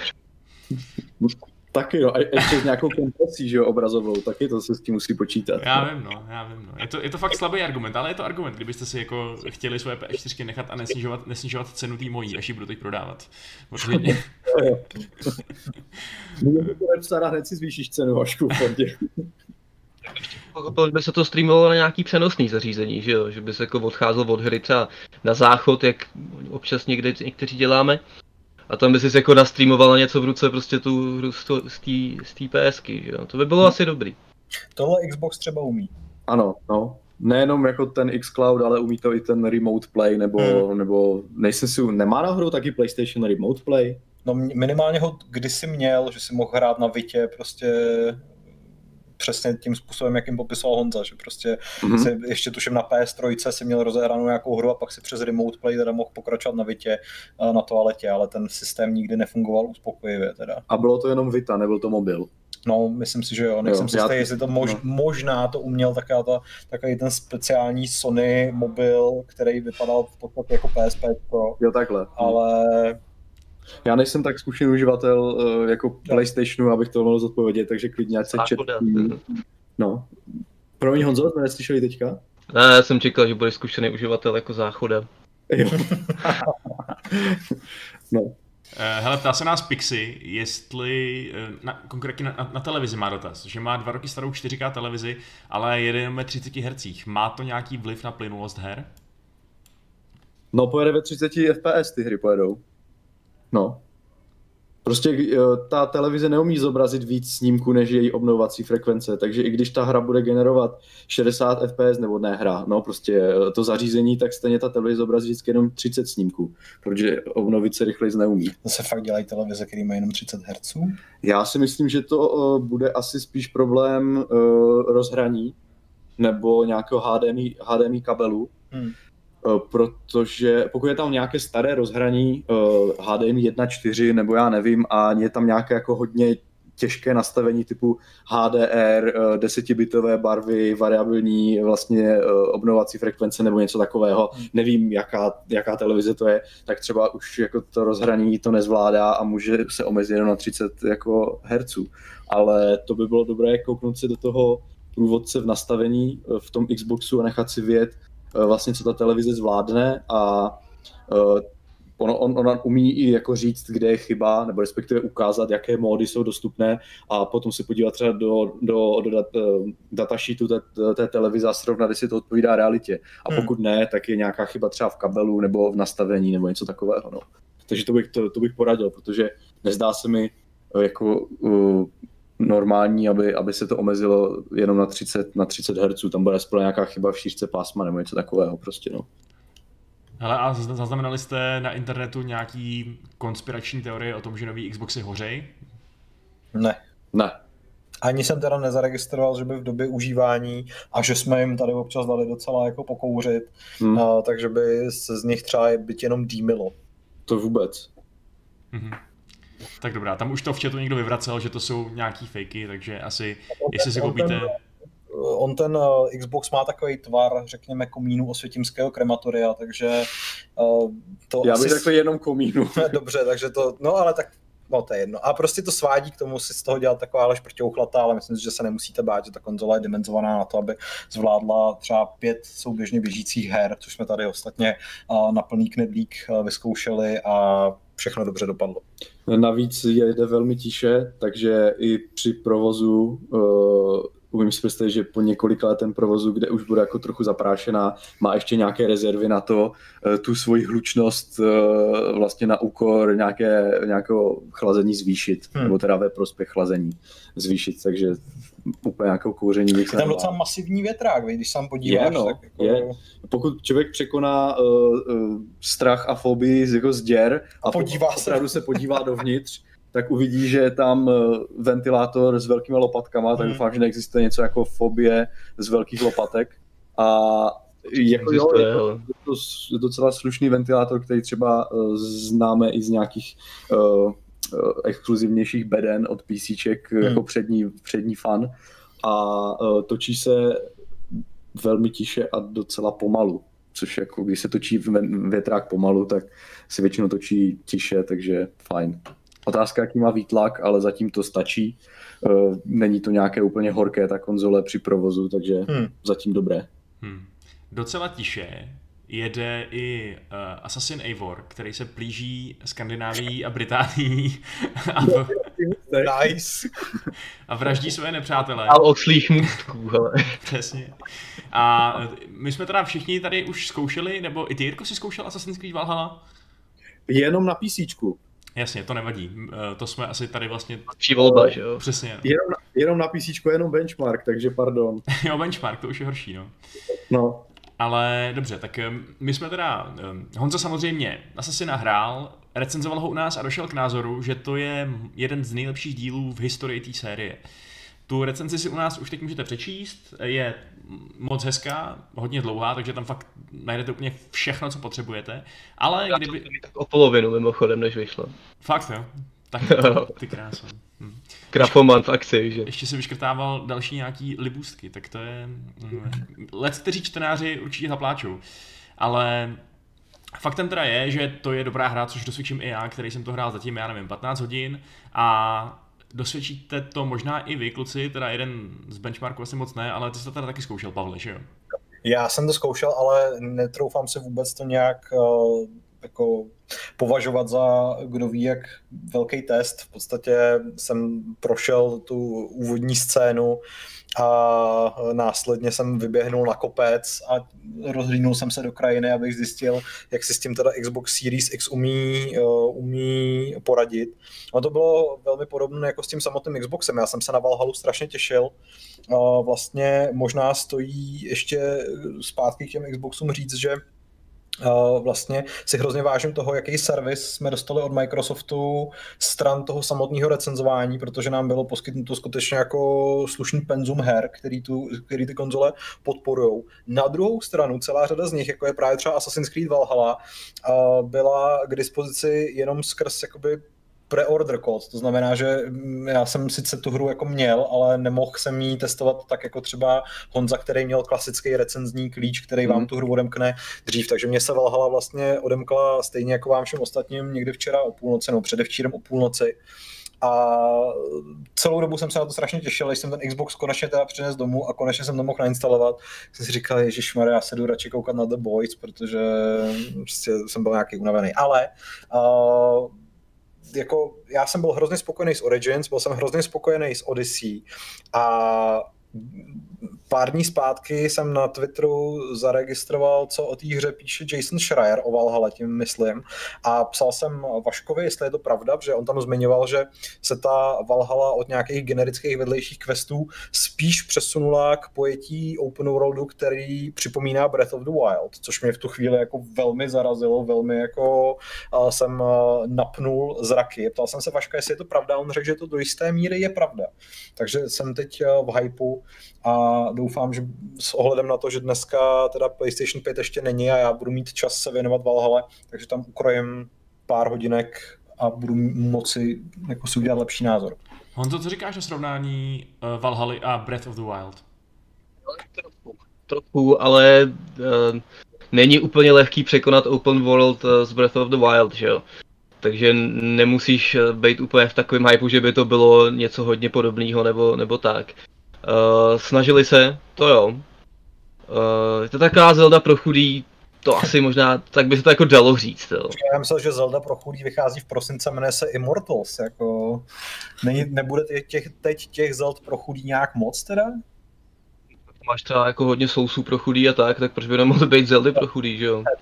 Taky jo, a ještě s nějakou kompresí, že jo, obrazovou, taky to se s tím musí počítat. Já vím, no, já vím, no. Je to, je to fakt slabý argument, ale je to argument, kdybyste si jako chtěli svoje P S čtyři nechat a nesnižovat, nesnižovat cenu té mojí, až ji budu teď prodávat. Protože... Můžeme to nepsat a hned si zvýšíš cenu, Vašku, v fondě. Pochopil, by se to streamovalo na nějaký přenosný zařízení, že jo, že by se jako odcházel od hry třeba na záchod, jak občas někde někteří děláme. A tam by si jako nastreamoval něco v ruce, prostě tu hru z té PSky, že jo? To by bylo hmm. asi dobrý. Tohle Xbox třeba umí. Ano, no. nejenom jako ten xCloud, ale umí to i ten Remote Play, nebo, hmm. nebo nejsem si, nemá náhodou taky PlayStation Remote Play? No minimálně ho kdysi měl, že si mohl hrát na Vitě prostě přesně tím způsobem, jakým popisoval Honza, že prostě mm-hmm. si ještě tuším na P S tři si měl rozehranou nějakou hru a pak si přes Remote Play teda mohl pokračovat na Vitě na toaletě, ale ten systém nikdy nefungoval uspokojivě teda. A bylo to jenom Vita, nebyl to mobil? No, myslím si, že jo. Nejsem si jistý, jestli to mož, no. možná to uměl taká ta, takový ten speciální Sony mobil, který vypadal v podstatě jako P S P Pro. Jo, takhle. Ale... Já nejsem tak zkušený uživatel uh, jako PlayStationu, abych to mohl zodpovědět, takže klidně ať se chat. No. Promiň Honzo, jsme neslyšeli teďka? Ne, já jsem čekal, že budeš zkušený uživatel jako Záchoda. Jo. No. Hele, ptá se nás Pixi, jestli, na, konkrétně na, na, na televizi má dotaz, že má dva roky starou čtyři ká televizi, ale jede jenom ve třiceti hertzích. Má to nějaký vliv na plynulost her? No, pojede ve třiceti F P S ty hry pojedou. No. Prostě ta televize neumí zobrazit víc snímků než její obnovovací frekvence, takže i když ta hra bude generovat šedesát F P S, nebo ne hra, no prostě to zařízení, tak stejně ta televize zobrazí vždycky jenom třicet snímků, protože obnovit se rychleji neumí. To se fakt dělají televize, který mají jenom třicet hertzů? Já si myslím, že to uh, bude asi spíš problém uh, rozhraní nebo nějakého H D M I, H D M I kabelu. Hmm. Protože pokud je tam nějaké staré rozhraní H D M I jedna čtyři nebo já nevím a je tam nějaké jako hodně těžké nastavení typu H D R, desetibitové barvy, variabilní vlastně obnovovací frekvence nebo něco takového, nevím jaká, jaká televize to je, tak třeba už jako to rozhraní to nezvládá a může se omezit jenom na třicet jako hertzů. Ale to by bylo dobré kouknout se do toho průvodce v nastavení v tom Xboxu a nechat si vyjet vlastně, co ta televize zvládne a uh, ono, on, ona umí i jako říct, kde je chyba, nebo respektive ukázat, jaké módy jsou dostupné a potom se podívat třeba do, do, do dat, uh, datasheetu té, té televize a srovnat, jestli to odpovídá realitě. A pokud hmm. ne, tak je nějaká chyba třeba v kabelu nebo v nastavení nebo něco takového. No. Takže to bych, to, to bych poradil, protože nezdá se mi uh, jako... Uh, normální, aby, aby se to omezilo jenom na třicet, na třicet hertzů, tam bude aspoň nějaká chyba v šířce pásma nebo něco takového prostě, no. Hele, a zaznamenali jste na internetu nějaký konspirační teorie o tom, že nový Xboxy hořejí? Ne. Ne. Ani jsem teda nezaregistroval, že by v době užívání a že jsme jim tady občas dali docela jako pokouřit, hmm. a, takže by se z nich třeba byť jenom dýmilo. To vůbec. Mhm. Tak dobrá, tam už to v chatu někdo vyvracel, že to jsou nějaký fakey, takže asi, jestli si koupíte... On ten Xbox má takový tvar, řekněme, komínu osvětimského krematoria, takže uh, to Já asi... bych řekl jenom komínu. Dobře, takže to, no ale tak, no to je jedno. A prostě to svádí k tomu si z toho dělat taková lež prťouchlatá, ale myslím si, že se nemusíte bát, že ta konzola je dimenzovaná na to, aby zvládla třeba pět souběžně běžících her, což jsme tady ostatně uh, na plný knedlík uh, vyzkoušeli a všechno dobře dopadlo. Navíc jede velmi tiše, takže i při provozu uh, umím si představit, že po několika letém provozu, kde už bude jako trochu zaprášená, má ještě nějaké rezervy na to, uh, tu svoji hlučnost uh, vlastně na úkor nějaké, nějakého chlazení zvýšit, hmm. nebo teda ve prospěch chlazení zvýšit, takže úplně nějakou kouření. Je tam docela masivní větrák, když se tam podíváš. Je, no, tak jako... je. Pokud člověk překoná uh, uh, strach a fobii z, jako z děr a podívá po, opravdu se podívá dovnitř, tak uvidí, že je tam uh, ventilátor s velkými lopatkama, hmm. tak doufám, že neexistuje něco jako fobie z velkých lopatek. A jako jo, je to, je to docela slušný ventilátor, který třeba uh, známe i z nějakých uh, exkluzivnějších beden od PCček hmm. jako přední, přední fan a uh, točí se velmi tiše a docela pomalu, což jako když se točí větrák pomalu, tak se většinou točí tiše, takže fajn. Otázka, jaký má výtlak, ale zatím to stačí. Uh, není to nějaké úplně horké ta konzole při provozu, takže hmm. zatím dobré. Hmm. Docela tiše jede i uh, Assassin Eivor, který se plíží Skandinávií a Británií a, v... nice. a vraždí své nepřátele. A oslých můstků, hele. Přesně. A my jsme teda všichni tady už zkoušeli, nebo i ty, Jirko, si zkoušel Assassin's Creed Valhalla? Jenom na PCčku. Jasně, to nevadí. To jsme asi tady vlastně... Lepší volba, že jo? Přesně. No. Jenom, na, jenom na PCčku jenom benchmark, takže pardon. Jo, benchmark, to už je horší, no. No. Ale dobře, tak my jsme teda... Honza samozřejmě asi nahrál, recenzoval ho u nás a došel k názoru, že to je jeden z nejlepších dílů v historii té série. Tu recenzi si u nás už teď můžete přečíst, je moc hezká, hodně dlouhá, takže tam fakt najdete úplně všechno, co potřebujete, ale Já kdyby... to tak o polovinu mimochodem, než vyšlo. Fakt jo? Tak to, ty krása. Hm. Krapoman v akci, že? Ještě si vyškrtával další nějaký libůstky, tak to je... Let, kteří čtenáři určitě zapláčou, ale... Faktem teda je, že to je dobrá hra, což dosvědčím i já, který jsem to hrál zatím, já nevím, patnáct hodin a dosvědčíte to možná i vy, kluci, teda jeden z benchmarků asi moc ne, ale ty jsi to teda taky zkoušel, Pavle, že jo? Já jsem to zkoušel, ale netroufám si vůbec to nějak uh, jako považovat za kdo ví jak velký test. V podstatě jsem prošel tu úvodní scénu a následně jsem vyběhnul na kopec a rozhlídnul jsem se do krajiny, abych zjistil, jak si s tím teda Xbox Series X umí, uh, umí poradit. A to bylo velmi podobné jako s tím samotným Xboxem. Já jsem se na Valhallu strašně těšil. Uh, vlastně možná stojí ještě zpátky k těm Xboxům říct, že Uh, vlastně si hrozně vážím toho, jaký servis jsme dostali od Microsoftu stran toho samotného recenzování, protože nám bylo poskytnuto skutečně jako slušný penzum her, který, tu, který ty konzole podporujou. Na druhou stranu celá řada z nich, jako je právě třeba Assassin's Creed Valhalla, uh, byla k dispozici jenom skrz jakoby pre-order kód, to znamená, že já jsem sice tu hru jako měl, ale nemohl jsem ji testovat tak jako třeba Honza, který měl klasický recenzní klíč, který vám tu hru odemkne dřív, takže mě se Valhalla vlastně odemkla stejně jako vám všem ostatním někdy včera o půlnoci, nebo předevčírem o půlnoci. A celou dobu jsem se na to strašně těšil, když jsem ten Xbox konečně teda přines domů a konečně jsem to mohl nainstalovat. Jsem si říkal, ježišmarja, já se jdu radši koukat na The Boys, protože prostě jsem byl nějaký unavený. Ale uh, jako já jsem byl hrozně spokojený s Origins, byl jsem hrozně spokojený s Odyssey a pár dní zpátky jsem na Twitteru zaregistroval, co o té hře píše Jason Schreier o Valhalle, tím myslím, a psal jsem Vaškovi, jestli je to pravda, že on tam zmiňoval, že se ta Valhalla od nějakých generických vedlejších questů spíš přesunula k pojetí open worldu, který připomíná Breath of the Wild, což mě v tu chvíli jako velmi zarazilo, velmi jako uh, jsem uh, napnul zraky. Ptal jsem se Vaška, jestli je to pravda, on řekl, že to do jisté míry je pravda. Takže jsem teď uh, v hypeu a doufám, že s ohledem na to, že dneska teda PlayStation pět ještě není a já budu mít čas se věnovat Valhalle, takže tam ukrojím pár hodinek a budu moci jako si udělat lepší názor. Honzo, co říkáš o srovnání uh, Valhaly a Breath of the Wild? Trochu, trochu ale uh, není úplně lehký překonat open world uh, z Breath of the Wild, že jo? Takže nemusíš být úplně v takovém hypeu, že by to bylo něco hodně podobného nebo, nebo tak. Uh, snažili se, to jo. Uh, je to taková Zelda pro chudý, to asi možná, tak by se to jako dalo říct. Jo. Já myslel, že Zelda pro chudý vychází v prosince, jmenuje se Immortals, jako není, nebude těch, teď těch Zeld pro chudý nějak moc teda? Máš třeba jako hodně sousů pro chudý a tak, tak proč by nemohly být Zeldy pro chudý, že jo?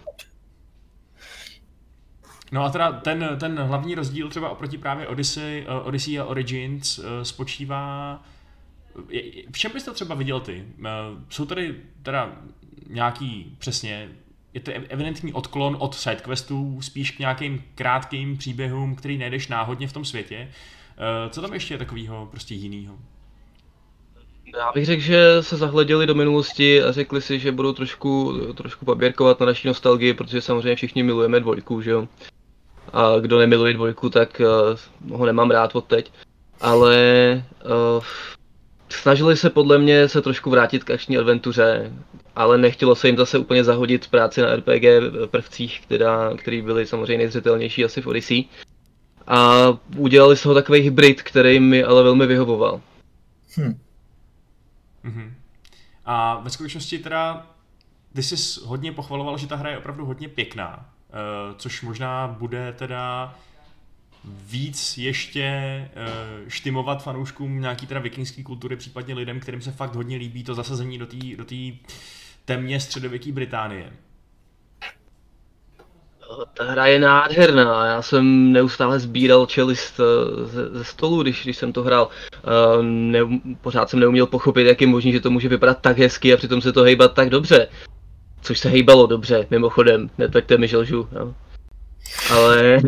No a teda ten, ten hlavní rozdíl třeba oproti právě Odyssey, uh, Odyssey a Origins uh, spočívá... V čem bys to třeba viděl ty? Uh, jsou tady teda nějaký přesně... Je to evidentní odklon od sidequestů, spíš k nějakým krátkým příběhům, který najdeš náhodně v tom světě. Uh, co tam ještě je takového prostě jinýho? Já bych řekl, že se zahleděli do minulosti a řekli si, že budou trošku, trošku poběrkovat na naší nostalgii, protože samozřejmě všichni milujeme dvojku, že jo? A kdo nemiluje dvojku, tak uh, ho nemám rád od teď. Ale uh, snažili se podle mě se trošku vrátit k akční adventuře, ale nechtělo se jim zase úplně zahodit práci na R P G prvcích, která, který byly samozřejmě nejzřetelnější asi v Odyssey. A udělali z toho takový hybrid, který mi ale velmi vyhovoval. Hm. Mm-hmm. A ve skutečnosti teda, ty jsi hodně pochvaloval, že ta hra je opravdu hodně pěkná, uh, což možná bude teda víc ještě uh, štimovat fanouškům nějaký teda vikingský kultury, případně lidem, kterým se fakt hodně líbí to zasazení do té do té temně středověké Británie. Ta hra je nádherná, já jsem neustále sbíral čelist ze, ze stolu, když, když jsem to hrál. Ne, pořád jsem neuměl pochopit, jak je možné, že to může vypadat tak hezky a přitom se to hejbat tak dobře. Což se hejbalo dobře, mimochodem, netvrďte mi, že lžu, no. Ale...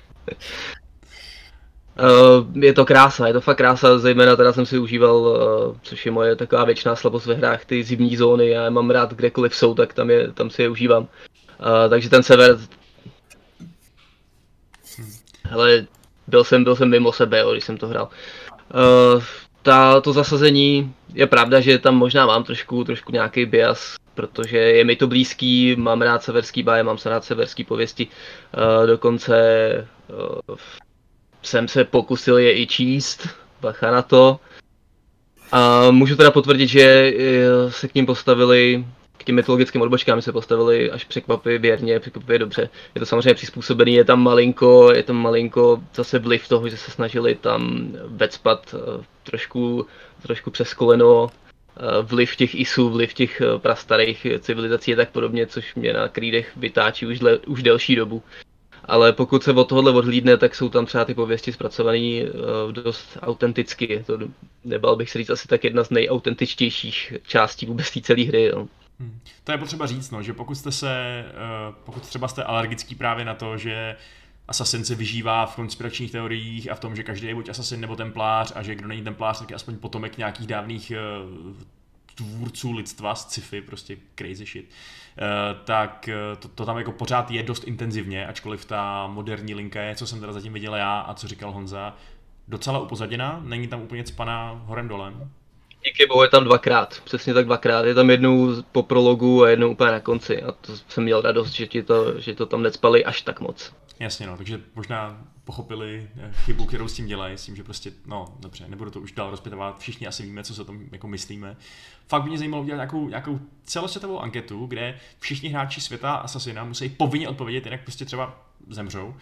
je to krása, je to fakt krása, zejména teda jsem si užíval, což je moje taková věčná slabost ve hrách, ty zimní zóny, já je mám rád kdekoliv jsou, tak tam, je, tam si je užívám. Takže ten sever... Hele, byl jsem, byl jsem mimo sebe, jo, když jsem to hrál. Ta, to zasazení, je pravda, že tam možná mám trošku, trošku nějaký bias, protože je mi to blízký, mám rád severský báje, mám se rád severský pověsti, uh, dokonce uh, jsem se pokusil je i číst, bacha na to. A můžu teda potvrdit, že se k ním postavili, k těm mytologickým odbočkám se postavili až překvapivě věrně, překvapivě dobře. Je to samozřejmě přizpůsobený, je tam malinko, je tam malinko zase vliv toho, že se snažili tam vecpat uh, trošku, trošku přes koleno. Vliv těch isů, vliv těch prastarých civilizací a tak podobně, což mě na Creedech vytáčí už, dle, už delší dobu. Ale pokud se od tohohle odhlídne, tak jsou tam třeba ty pověsti zpracované uh, dost autenticky. Je to, nebal bych se říct, asi tak jedna z nejautentičtějších částí vůbec té celé hry. Jo. Hmm. To je potřeba říct, no, že pokud jste se, uh, pokud třeba jste alergický právě na to, že Assassin se vyžívá v konspiračních teoriích a v tom, že každý je buď Assassin nebo templář a že kdo není templář, tak je aspoň potomek nějakých dávných uh, tvůrců lidstva z sci-fi, prostě crazy shit. Uh, tak uh, to, to tam jako pořád je dost intenzivně, ačkoliv ta moderní linka je, co jsem teda zatím viděl já a co říkal Honza, docela upozaděná, není tam úplně cpaná horem dolem. Díky bohu je tam dvakrát, přesně tak dvakrát, je tam jednou po prologu a jednou úplně na konci a to jsem měl radost, že, ti to, že to tam necpali až tak moc. Jasně no, takže možná pochopili chybu, kterou s tím dělají, s tím, že prostě, no dobře, nebudu to už dál rozpětovat, všichni asi víme, co se o tom jako myslíme. Fakt by mě zajímalo udělat nějakou, nějakou celosvětovou anketu, kde všichni hráči světa Assassina musí povinně odpovědět, jinak prostě třeba zemřou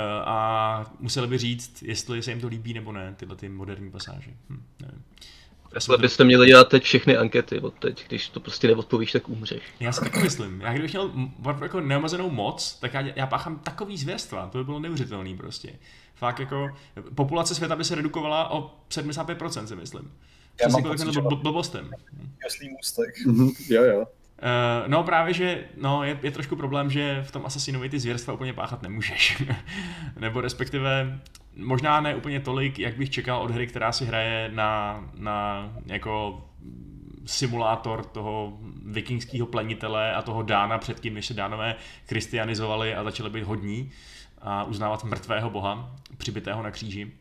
a museli by říct, jestli se jim to líbí nebo ne, tyhle ty moderní pasáže. Hm, nevím. Takhle byste měli dělat teď všechny ankety od teď, když to prostě neodpovíš, tak umřeš. Já si taky myslím, já kdybych měl jako neomezenou moc, tak já, já páchám takový zvěrstva, to by bylo neuvěřitelný prostě. Fakt jako, populace světa by se redukovala o sedmdesát pět procent si myslím. Já mám pocit, že blbostem. Joslý můstek. Jo, jo. Uh, no právě, že no, je, je trošku problém, že v tom Assassinovi ty zvěrstva úplně páchat nemůžeš. Nebo respektive možná ne úplně tolik, jak bych čekal od hry, která si hraje na, na jako simulátor toho vikingského plenitele a toho Dána předtím, než se Dánové christianizovali a začali být hodní a uznávat mrtvého boha, přibitého na kříži.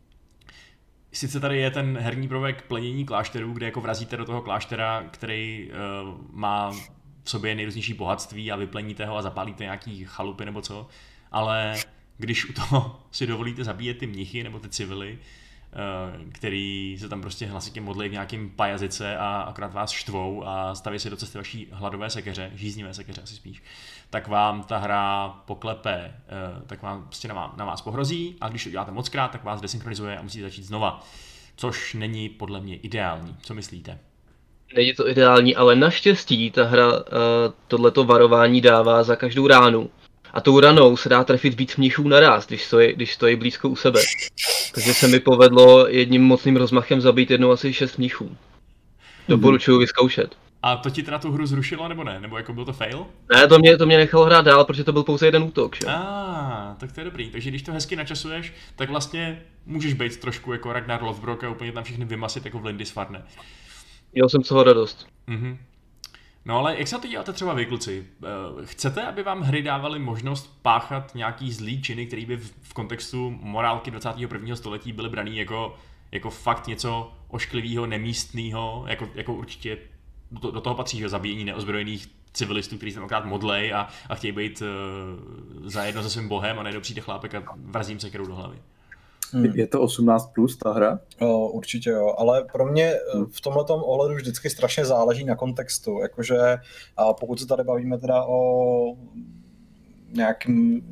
Sice tady je ten herní prvek plenění klášterů, kde jako vrazíte do toho kláštera, který uh, má v sobě nejrůznější bohatství a vypleníte ho a zapálíte nějaký chalupy nebo co, ale když u toho si dovolíte zabíjet ty mnichy nebo ty civily, uh, který se tam prostě hlasitě modlí v nějakým pajazice a akorát vás štvou a staví si do cesty vaší hladové sekeře, žíznivé sekeře asi spíš, tak vám ta hra poklepe, tak vám prostě na vás, na vás pohrozí a když to děláte mockrát, tak vás desynchronizuje a musíte začít znova. Což není podle mě ideální. Co myslíte? Není to ideální, ale naštěstí ta hra uh, tohleto varování dává za každou ránu. A tou ranou se dá trefit víc mnichů naráz, když stojí, když stojí blízko u sebe. Takže se mi povedlo jedním mocným rozmachem zabít jednou asi šest mnichů. Doporučuji vyzkoušet. A to ti teda tu hru zrušilo nebo ne? Nebo jako byl to fail? Ne, to mě, to mě nechalo hrát dál, protože to byl pouze jeden útok, že? Ah, tak to je dobrý. Takže když to hezky načasuješ, tak vlastně můžeš být trošku jako Ragnar Lothbrok a úplně tam všechny vymasit jako v Lindisfarne. Měl jsem z toho radost. Mhm. No ale jak se to děláte třeba vy, kluci? Chcete, aby vám hry dávaly možnost páchat nějaký zlý činy, který by v kontextu morálky dvacátého prvního století byly braný jako, jako fakt něco ošklivého, nemístného, jako, jako určitě do, do toho patří, že zabíjení neozbrojených civilistů, kteří se tenkrát modlej a, a chtějí být uh, zajedno se svým bohem a najednou přijde chlápek a vrazím se kerou do hlavy. Hmm. Je to osmnáct plus ta hra? O, určitě jo, ale pro mě v tomhletom ohledu vždycky strašně záleží na kontextu, jakože a pokud se tady bavíme teda o nějakým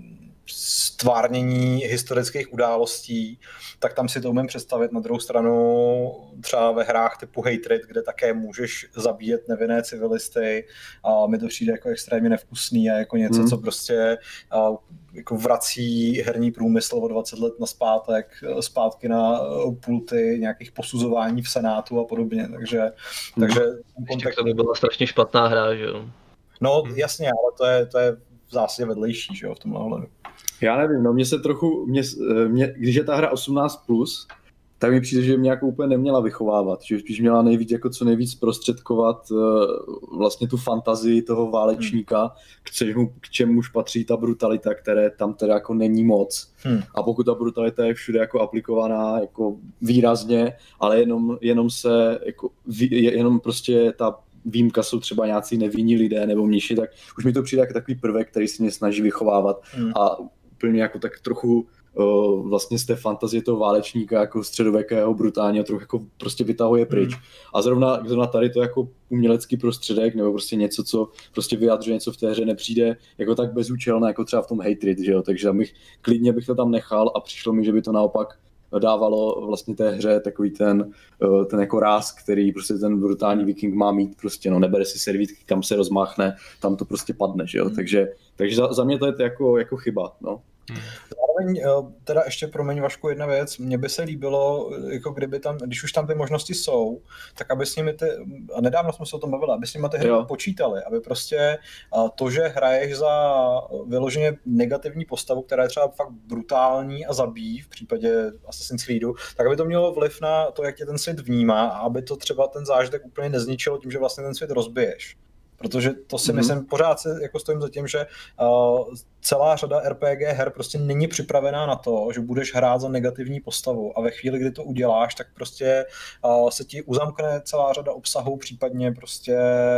stvárnění historických událostí, tak tam si to umím představit. Na druhou stranu třeba ve hrách typu Hatred, kde také můžeš zabíjet nevinné civilisty a mi to přijde jako extrémně nevkusný a jako něco, hmm. co prostě a, jako vrací herní průmysl o dvacet let naspátek, zpátky na pulty nějakých posuzování v Senátu a podobně, takže... Hmm. takže kontek... to by byla strašně špatná hra, že jo? No jasně, ale to je, to je v zásadě vedlejší, že jo, v tomhle ohledu. Já nevím, no mě se trochu, mě, mě, když je ta hra osmnáct plus, tak mi přijde, že mě jako úplně neměla vychovávat, že spíš měla nejvíc, jako co nejvíc zprostředkovat uh, vlastně tu fantazii toho válečníka, k čemu, k čemuž patří ta brutalita, které tam teda jako není moc. Hmm. A pokud ta brutalita je všude jako aplikovaná jako výrazně, ale jenom, jenom se, jako, jenom prostě ta výjimka jsou třeba nějací nevinní lidé nebo mniši, tak už mi to přijde jako takový prvek, který se mě snaží vychovávat hmm. a úplně jako tak trochu uh, vlastně z té fantazie toho válečníka jako středověkého brutálního trochu jako prostě vytahuje pryč. Hmm. A zrovna, zrovna tady to jako umělecký prostředek nebo prostě něco, co prostě vyjadřuje něco v té hře, nepřijde jako tak bezúčelné jako třeba v tom Hatred, že jo, takže bych, klidně bych to tam nechal a přišlo mi, že by to naopak dávalo vlastně té hře takový ten, ten jako ráz, který prostě ten brutální viking má mít, prostě no nebere si servítky, kam se rozmáchne, tam to prostě padne, že jo, hmm. takže, takže za, za mě to je to jako, jako chyba, no. Hmm. Zároveň teda ještě promiň Vašku jedna věc, mně by se líbilo, jako kdyby tam, když už tam ty možnosti jsou, tak aby s nimi ty, a nedávno jsme se o tom bavili, aby s nimi ty hry jo. počítali, aby prostě to, že hraješ za vyloženě negativní postavu, která je třeba fakt brutální a zabíjí v případě Assassin's Creedu, tak aby to mělo vliv na to, jak tě ten svět vnímá a aby to třeba ten zážitek úplně nezničilo tím, že vlastně ten svět rozbiješ. Protože to si mm-hmm. myslím, pořád si jako stojím za tím, že uh, celá řada R P G her prostě není připravená na to, že budeš hrát za negativní postavu a ve chvíli, kdy to uděláš, tak prostě uh, se ti uzamkne celá řada obsahů, případně prostě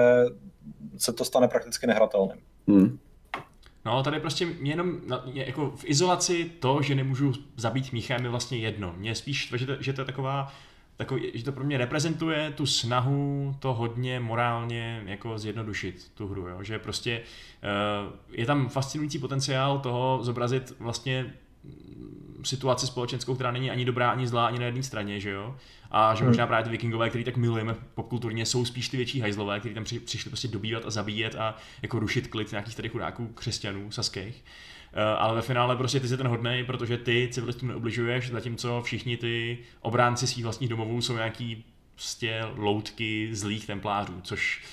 se to stane prakticky nehratelným. Mm. No, tady prostě mě jenom, jako v izolaci to, že nemůžu zabít Mícha, je vlastně jedno. Mně spíš, že to, že to je taková Takový, že to pro mě reprezentuje tu snahu to hodně morálně jako zjednodušit tu hru, jo? Že prostě uh, je tam fascinující potenciál toho zobrazit vlastně situaci společenskou, která není ani dobrá, ani zlá, ani na jedné straně, že jo? A že možná právě ty vikingové, který tak milujeme popkulturně, jsou spíš ty větší hajzlové, kteří tam při, přišli prostě dobývat a zabíjet a jako rušit klid nějakých tady chudáků křesťanů saských. Uh, ale ve finále prostě ty jsi ten hodnej, protože ty civilistům neubližuješ, zatímco všichni ty obránci svých vlastních domovů jsou nějaký prostě loutky zlých templářů, což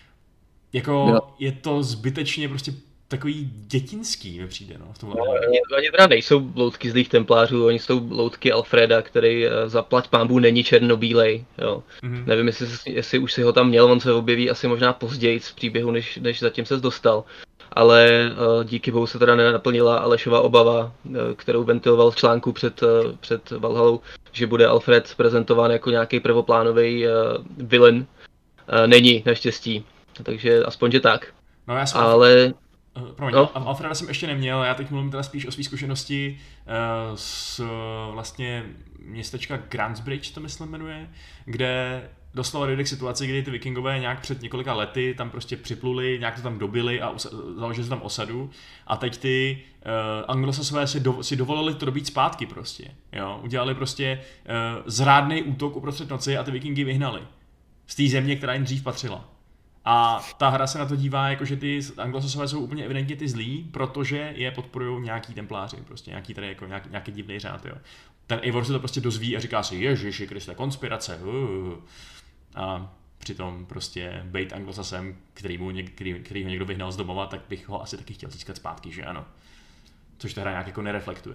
jako no. je to zbytečně prostě takový dětinský mi přijde, no, v tomhle. No, oni, oni teda nejsou loutky zlých templářů, oni jsou loutky Alfreda, který zaplať pánbů není černobílej, jo. Mm-hmm. Nevím, jestli, jestli už si ho tam měl, on se objeví asi možná později v příběhu, než, než zatím se dostal. Ale uh, díky bohu se teda nenaplnila Alešova obava, uh, kterou ventiloval v článku před, uh, před Valhallou, že bude Alfred prezentován jako nějaký prvoplánový uh, villain. Uh, není, naštěstí. Takže aspoň, že tak. No já jsem... Ale... Uh, promiň, no. Alfreda jsem ještě neměl, já teď mluvím teda spíš o své zkušenosti uh, s uh, vlastně městečka Grandsbridge, to myslím jmenuje, kde doslova dojde k situaci, kdy ty vikingové nějak před několika lety tam prostě připluli, nějak to tam dobili a založili se tam osadu a teď ty uh, anglosasové si, do, si dovolili to dobít zpátky prostě, jo, udělali prostě uh, zrádný útok uprostřed noci a ty vikingy vyhnali z té země, která jim dřív patřila. A ta hra se na to dívá, jako že ty anglosasové jsou úplně evidentně ty zlí, protože je podporují nějaký templáři, prostě nějaký tady jako nějaký, nějaký divný řád, jo. Ten Eivor se to prostě dozví a říká si, ježiši Kriste, konspirace, uh. A přitom prostě bejt anglosasem, který, mu něk, který, který ho někdo vyhnal z domova, tak bych ho asi taky chtěl získat zpátky, že ano. Což ta hra nějak jako nereflektuje.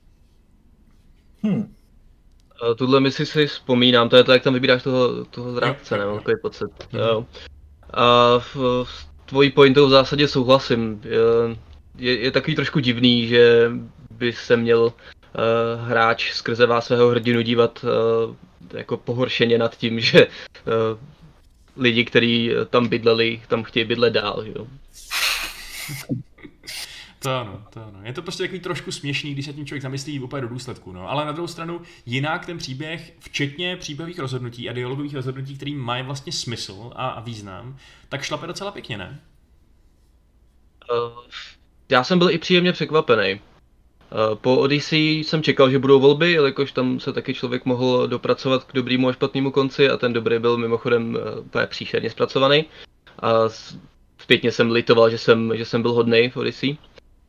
Hmm. Tuhle misi si vzpomínám, to je to, jak tam vybíráš toho, toho zrádce, nemám takový pocit. Hmm. Jo. A v, v tvojí pointou v zásadě souhlasím. Je, je takový trošku divný, že by se měl uh, hráč skrze vás svého hrdinu dívat uh, jako pohoršeně nad tím, že uh, lidi, kteří tam bydleli, tam chtějí bydlet dál, že jo. To ano, to ano. Je to prostě takový trošku směšný, když se tím člověk zamyslí úplně do důsledku, no. Ale na druhou stranu jinak ten příběh, včetně příběhových rozhodnutí a dialogových rozhodnutí, který mají vlastně smysl a, a význam, tak šlape docela pěkně, ne? Uh, já jsem byl i příjemně překvapený. Po Odyssey jsem čekal, že budou volby, jelikož tam se taky člověk mohl dopracovat k dobrému a špatnému konci a ten dobrý byl mimochodem úplně příšerně zpracovaný. A zpětně jsem litoval, že jsem, že jsem byl hodnej v Odyssey.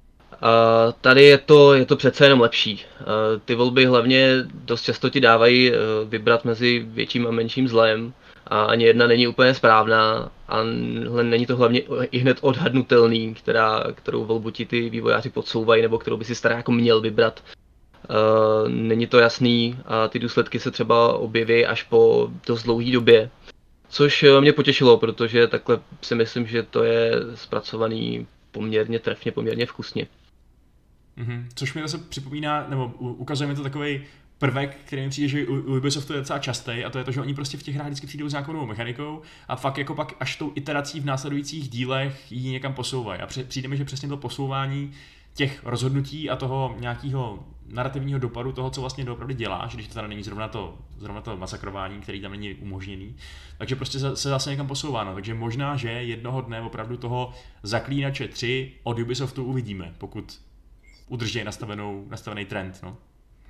A tady je to, je to přece jenom lepší. A ty volby hlavně dost často ti dávají vybrat mezi větším a menším zlem. A ani jedna není úplně správná a není to hlavně i hned odhadnutelný, která, kterou volbu ti ty vývojáři podsouvají nebo kterou by si stará jako měl vybrat. Uh, není to jasný a ty důsledky se třeba objeví až po dost dlouhé době. Což mě potěšilo, protože takhle si myslím, že to je zpracovaný poměrně trefně, poměrně vkusně. Mm-hmm. Což mi zase připomíná, nebo ukazuje mi to takovej prvek, který mi přijde, že u Ubisoftu je docela častý, a to je to, že oni prostě v těch hrách vždycky přijdou s nějakou novou mechanikou a fakt jako pak až tou iterací v následujících dílech ji někam posouvají. A přijde mi, že přesně to posouvání těch rozhodnutí a toho nějakého narrativního dopadu toho, co vlastně doopravdy děláš, když to tady není zrovna to, zrovna to masakrování, který tam není umožněný, takže prostě se zase někam posouváno. Takže možná, že jednoho dne opravdu toho Zaklínače tři od Ubisoftu uvidíme, pokud udrží nastavenou, nastavený trend. No.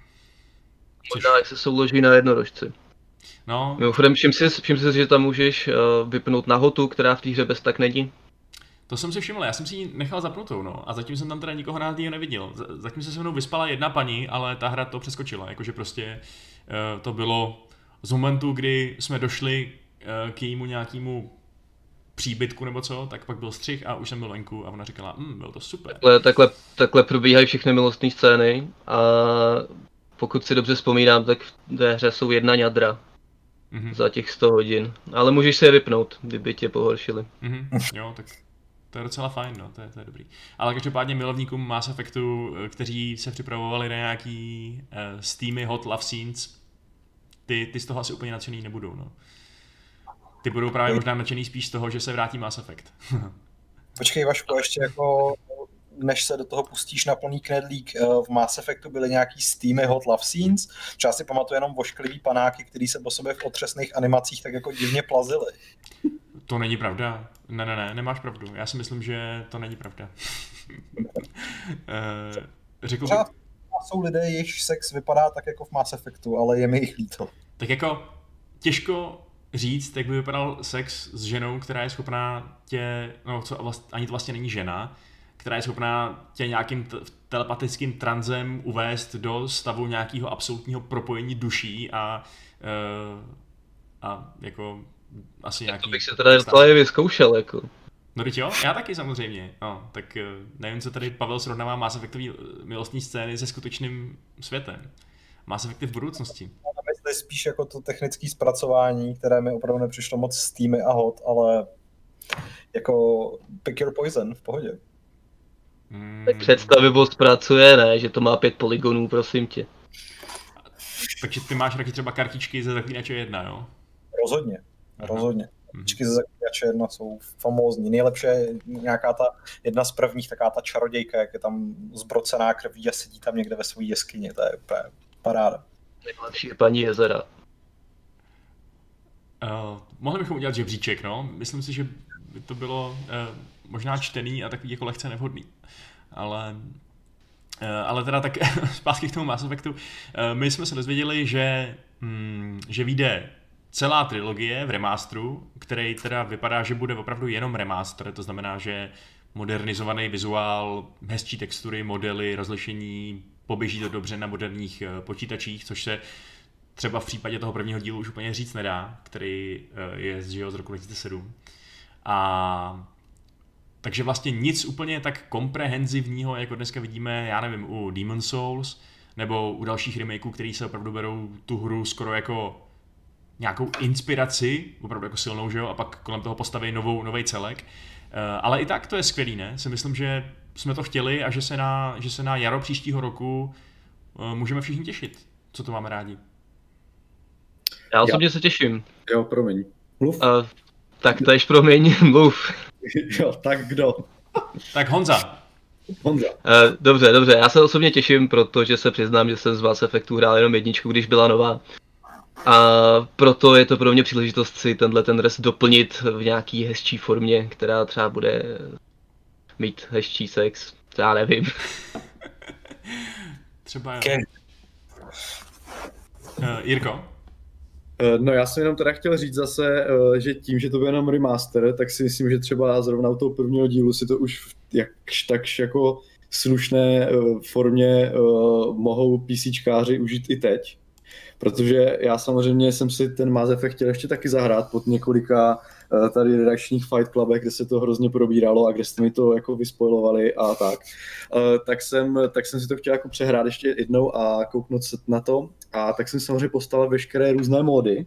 Možná, jak se souloží na jednorožci. No. Mimochodem, všim si, všim si, že tam můžeš uh, vypnout nahotu, která v té hře bez tak není. To jsem si všiml, já jsem si ji nechal zapnutou, no, a zatím jsem tam teda nikoho nádýho neviděl. Zatím se se mnou vyspala jedna paní, ale ta hra to přeskočila, jakože prostě uh, to bylo z momentu, kdy jsme došli uh, k jejímu nějakému příbytku nebo co, tak pak byl střih a už jsem byl venku a ona říkala, hm, bylo to super. Takhle, takhle, takhle probíhají všechny milostné scény a pokud si dobře vzpomínám, tak v té hře jsou jedna ňadra mm-hmm. za těch sto hodin, ale můžeš se je vypnout, kdyby tě pohoršili. Mm-hmm. Jo, tak to je docela fajn, no, to je, to je dobrý. Ale každopádně milovníkům Mass Effectu, kteří se připravovali na nějaký uh, Steamy Hot Love Scenes, ty, ty z toho asi úplně nadšený nebudou, no. Ty budou právě možná nadšený spíš z toho, že se vrátí Mass Effect. Počkej, Vašku, ještě jako, než se do toho pustíš na plný knedlík, v Mass Effectu byly nějaký Steamy Hot Love Scenes, já si pamatuju jenom vošklivý panáky, který se po sobě v otřesných animacích tak jako divně plazily. To není pravda. Ne, ne, ne, nemáš pravdu. Já si myslím, že to není pravda. Řekl bych... Jsou lidé, jejichž sex vypadá tak jako v Mass Effectu, ale je mi jich líto. Tak jako těžko říct, jak by vypadal sex s ženou, která je schopná tě, no co, vlast, ani to vlastně není žena, která je schopná tě nějakým t- telepatickým tranzem uvést do stavu nějakého absolutního propojení duší a, uh, a jako asi nějaký... To bych se teda docela vyzkoušel, jako. No teď jo, já taky samozřejmě, no, tak nevím, co tady Pavel srovnává Mass Effectový milostní scény se skutečným světem. Mass Effecty v budoucnosti. To je spíš jako to technické zpracování, které mi opravdu nepřišlo moc steamy a hot, ale jako pick your poison, v pohodě. Hmm. Tak představivost pracuje, ne, že to má pět polygonů, prosím tě. Takže ty máš taky třeba kartičky ze Zaklínače jedna, jo? Rozhodně, rozhodně. Kartičky ze Zaklínače jedna jsou famózní. Nejlepší je nějaká ta jedna z prvních, taká ta čarodějka, jak je tam zbrocená krví a sedí tam někde ve své jeskyni, to je úplně paráda. Nejlepší je paní jezera. Uh, mohli bychom udělat žebříček, no. Myslím si, že by to bylo uh, možná čtený a takový jako lehce nevhodný. Ale, uh, ale teda tak zpátky k tomu Mass Effectu. Uh, my jsme se dozvěděli, že, um, že vyjde celá trilogie v remasteru, který teda vypadá, že bude opravdu jenom remaster, to znamená, že modernizovaný vizuál, hezčí textury, modely, rozlišení, poběží to dobře na moderních počítačích, což se třeba v případě toho prvního dílu už úplně říct nedá, který je z, z roku dva tisíce sedm. A takže vlastně nic úplně tak komprehenzivního, jako dneska vidíme, já nevím, u Demon's Souls, nebo u dalších remakeů, který se opravdu berou tu hru skoro jako nějakou inspiraci, opravdu jako silnou, že jo, a pak kolem toho postaví novou, novej celek. Ale i tak to je skvělý, ne? Si myslím, že jsme to chtěli a že se na, že se na jaro příštího roku můžeme všichni těšit. Co to máme rádi? Já osobně se těším. Jo, promiň. Mluv. Uh, tak tež promiň, mluv. Jo, tak kdo? Tak Honza. Honza. Uh, dobře, dobře, já se osobně těším, protože se přiznám, že jsem z Mass Effectu hrál jenom jedničku, když byla nová. A proto je to pro mě příležitost si tenhle ten res doplnit v nějaký hezčí formě, která třeba bude mít hezčí sex, já nevím. třeba jo. Okay. Uh, Jirko? No já jsem jenom teda chtěl říct zase, že tím, že to bude jenom remaster, tak si myslím, že třeba zrovna u toho prvního dílu si to už v jakž takž jako slušné formě mohou PCčkáři užít i teď. Protože já samozřejmě jsem si ten Mass Effect chtěl ještě taky zahrát pod několika tady redakčních Fight Clubech, kde se to hrozně probíralo a kde jste mi to jako vyspoilovali a tak. Tak jsem, tak jsem si to chtěl jako přehrát ještě jednou a kouknout se na to. A tak jsem samozřejmě postavil veškeré různé módy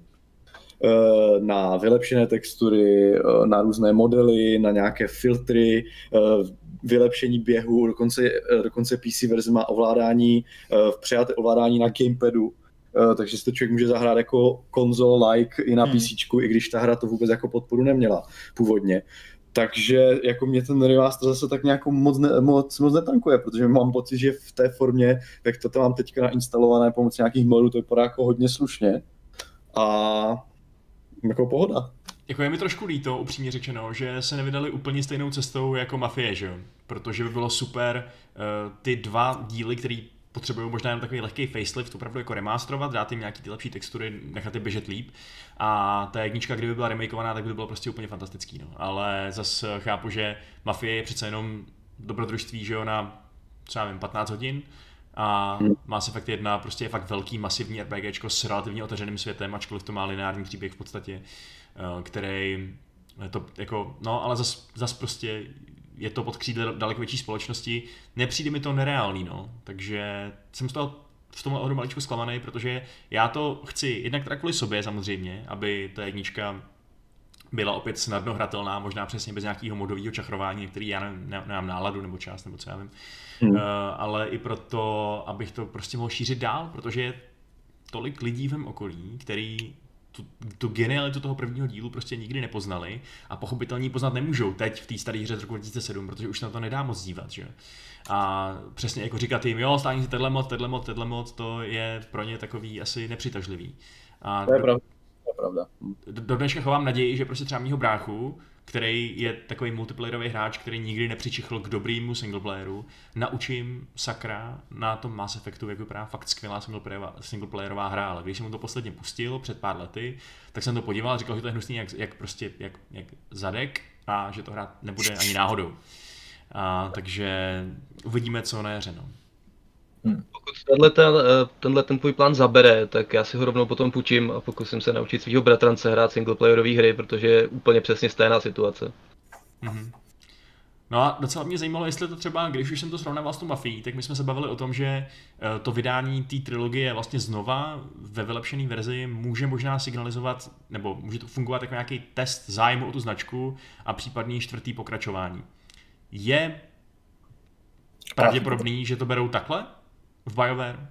na vylepšené textury, na různé modely, na nějaké filtry, vylepšení běhu, dokonce, dokonce P C verze má ovládání, přijaté ovládání na gamepadu. Uh, takže si to člověk může zahrát jako console-like i na hmm. PCčku, i když ta hra to vůbec jako podporu neměla původně. Takže jako mě ten remaster zase tak nějak moc, ne, moc, moc netankuje, protože mám pocit, že v té formě, jak to tam mám teďka nainstalované pomocí nějakých modů, to vypadá jako hodně slušně a jako pohoda. Jako je mi trošku líto, upřímně řečeno, že se nevydali úplně stejnou cestou jako Mafie, že jo? Protože by bylo super uh, ty dva díly, který potřebují možná jen takový lehký facelift, opravdu jako remasterovat, dát jim nějaký ty lepší textury, nechat je běžet líp. A ta jednička, kdyby byla remakeovaná, tak by to bylo prostě úplně fantastický. No. Ale zase chápu, že Mafie je přece jenom dobrodružství, že jo, na třeba nevím, patnáct hodin. A Mass Effect jedna prostě je fakt velký, masivní RPGčko s relativně otevřeným světem, ačkoliv to má lineární příběh v podstatě, který to jako, no ale zas, zas prostě je to pod křídle daleko větší společnosti, nepřijde mi to nereálný, no, takže jsem z toho v tomhle ohledu maličko zklamaný, protože já to chci jednak teda kvůli sobě samozřejmě, aby ta jednička byla opět snadno hratelná, možná přesně bez nějakého modového čachrování, který já ne, ne, nemám náladu nebo čas, nebo co já vím, hmm. uh, ale i proto, abych to prostě mohl šířit dál, protože je tolik lidí v mém okolí, který tu, tu genialitu toho prvního dílu prostě nikdy nepoznali a pochopitelně poznat nemůžou teď v té staré hře z roku dva tisíce sedm, protože už na to nedá moc dívat, že? A přesně jako říkat jim, jo, stáhni si tenhle mod, tenhle mod, tenhle mod, to je pro ně takový asi nepřitažlivý. A to je pravda. To je pravda. Do, do dneška chovám naději, že prostě třeba mýho bráchu, který je takový multiplayerový hráč, který nikdy nepřičichl k dobrýmu singleplayeru, naučím sakra na tom Mass Effectu, jak vypadá fakt skvělá singleplayerová, singleplayerová hra, ale když jsem mu to posledně pustil před pár lety, tak jsem to podíval a říkal, že to je hnusný jak, jak prostě jak, jak zadek a že to hrát nebude ani náhodou. A, takže uvidíme, co na jaře, no. Hmm. Pokud tenhle ten, tenhle ten tvůj plán zabere, tak já si ho rovnou potom půjčím a pokusím se naučit svýho bratrance hrát singleplayerové hry, protože je úplně přesně stejná situace. Mm-hmm. No a docela mě zajímalo, jestli to třeba, když už jsem to srovnával s tou Mafií, tak my jsme se bavili o tom, že to vydání té trilogie vlastně znova ve vylepšené verzi může možná signalizovat, nebo může to fungovat jako nějaký test zájmu o tu značku a případný čtvrtý pokračování. Je pravděpodobný, že to berou takhle v BioWare?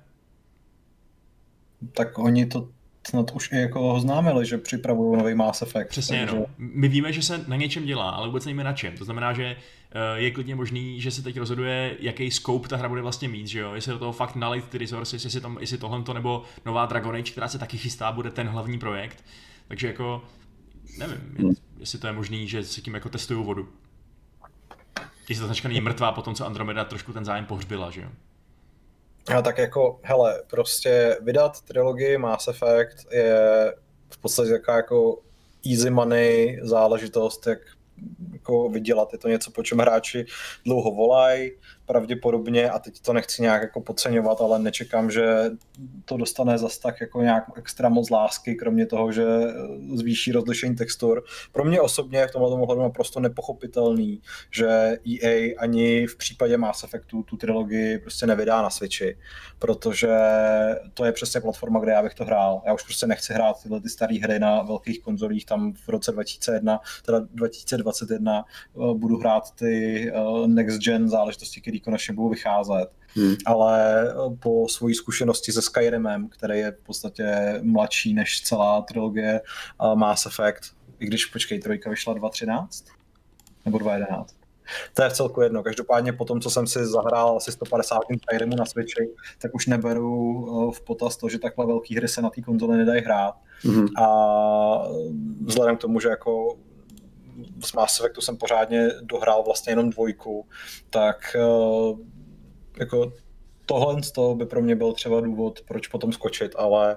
Tak oni to snad už i jako oznámili, že připravují nový Mass Effect. Přesně, takže... no. My víme, že se na něčem dělá, ale vůbec nevíme na čem. To znamená, že je klidně možný, že se teď rozhoduje, jaký scope ta hra bude vlastně mít, že jo? Jestli do toho fakt nalejt ty resources, jestli, tam, jestli tohleto nebo nová Dragon Age, která se taky chystá, bude ten hlavní projekt. Takže jako, nevím, jestli to je možný, že si tím jako testují vodu. Jestli ta značka není mrtvá po tom, co Andromeda trošku ten zájem pohřbila, že jo? A tak jako, hele, prostě vydat trilogii Mass Effect je v podstatě taková jako easy money záležitost, jak jako vydělat. Je to něco, po čem hráči dlouho volají, pravděpodobně, a teď to nechci nějak jako podceňovat, ale nečekám, že to dostane zas tak jako nějak extra moc lásky, kromě toho, že zvýší rozlišení textur. Pro mě osobně v tomhle ohledu naprosto nepochopitelný, že E A ani v případě Mass Effectu tu trilogii prostě nevydá na Switchi, protože to je přesně platforma, kde já bych to hrál. Já už prostě nechci hrát tyhle ty staré hry na velkých konzolích, tam v roce dva tisíce jedna, teda dva tisíce dvacet jedna budu hrát ty next gen záležitosti, které konečně budou vycházet. Hmm. Ale po svojí zkušenosti se Skyrimem, který je v podstatě mladší než celá trilogie Mass Effect, i když, počkej, trojka vyšla dva tisíce třináct? Nebo dva tisíce jedenáct? To je v celku jedno. Každopádně po tom, co jsem si zahrál asi sto padesát Skyrimu na Switchi, tak už neberu v potaz to, že takhle velký hry se na té konzoli nedají hrát. Hmm. A vzhledem k tomu, že jako z Mass Effectu jsem pořádně dohrál vlastně jenom dvojku, tak jako tohle z toho by pro mě byl třeba důvod, proč potom skočit, ale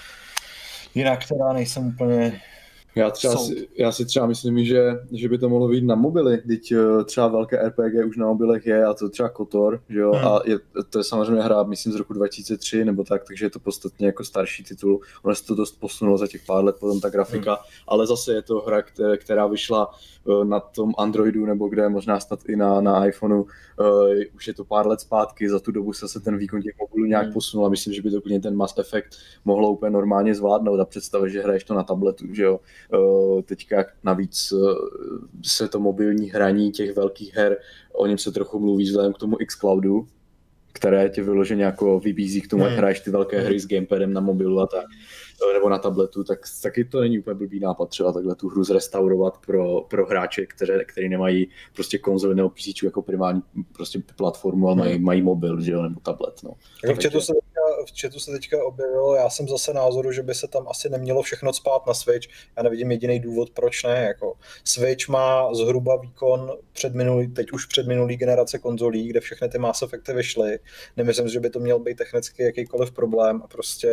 jinak teda nejsem úplně... Já, třeba si, já si třeba myslím, že, že by to mohlo být na mobily, teď třeba velké R P G už na mobilech je a to třeba KOTOR, že jo, hmm. a je, to je samozřejmě hra, myslím, z roku dva tisíce tři nebo tak, takže je to podstatně jako starší titul, ono se to dost posunulo za těch pár let potom ta grafika, hmm. ale zase je to hra, která vyšla na tom Androidu nebo kde možná snad i na, na iPhoneu, uh, už je to pár let zpátky, za tu dobu se, se ten výkon těch mobilů nějak hmm. posunul a myslím, že by to úplně ten Mass Effect mohlo úplně normálně zvládnout a představit, že hraješ to na tabletu, že jo. Uh, teďka navíc uh, se to mobilní hraní těch velkých her, o něm se trochu mluví vzhledem k tomu xCloudu, které tě vyloženě jako vybízí k tomu, jak hraješ ty velké hry s gamepadem na mobilu a tak, nebo na tabletu, tak taky to není úplně blbý nápad třeba takhle tu hru zrestaurovat pro, pro hráče, které, který nemají prostě konzoli nebo P C jako primární prostě platformu, ale mají, mají mobil, že jo, nebo tablet, no. V chatu, se teďka, v chatu se teďka objevilo, já jsem zase názoru, že by se tam asi nemělo všechno cpát na Switch, já nevidím jediný důvod, proč ne, jako Switch má zhruba výkon před minulý, teď už před minulý generace konzolí, kde všechny ty Mass Effecty vyšly, nemyslím, že by to měl být technicky jakýkoliv problém a prostě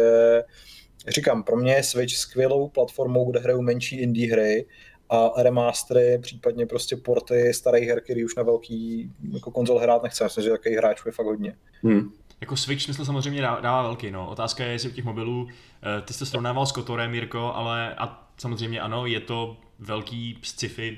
říkám, pro mě je Switch skvělou platformou, kde hrajou menší indie hry a remastery, případně prostě porty starých her, který už na velký jako konzol hrát nechce. Myslím, že takových hráčů je fakt hodně. Hmm. Jako Switch smysl samozřejmě dává velký, no. Otázka je, jestli u těch mobilů, ty jsi to srovnával s KOTORem, Jirko, ale a samozřejmě ano, je to velký sci-fi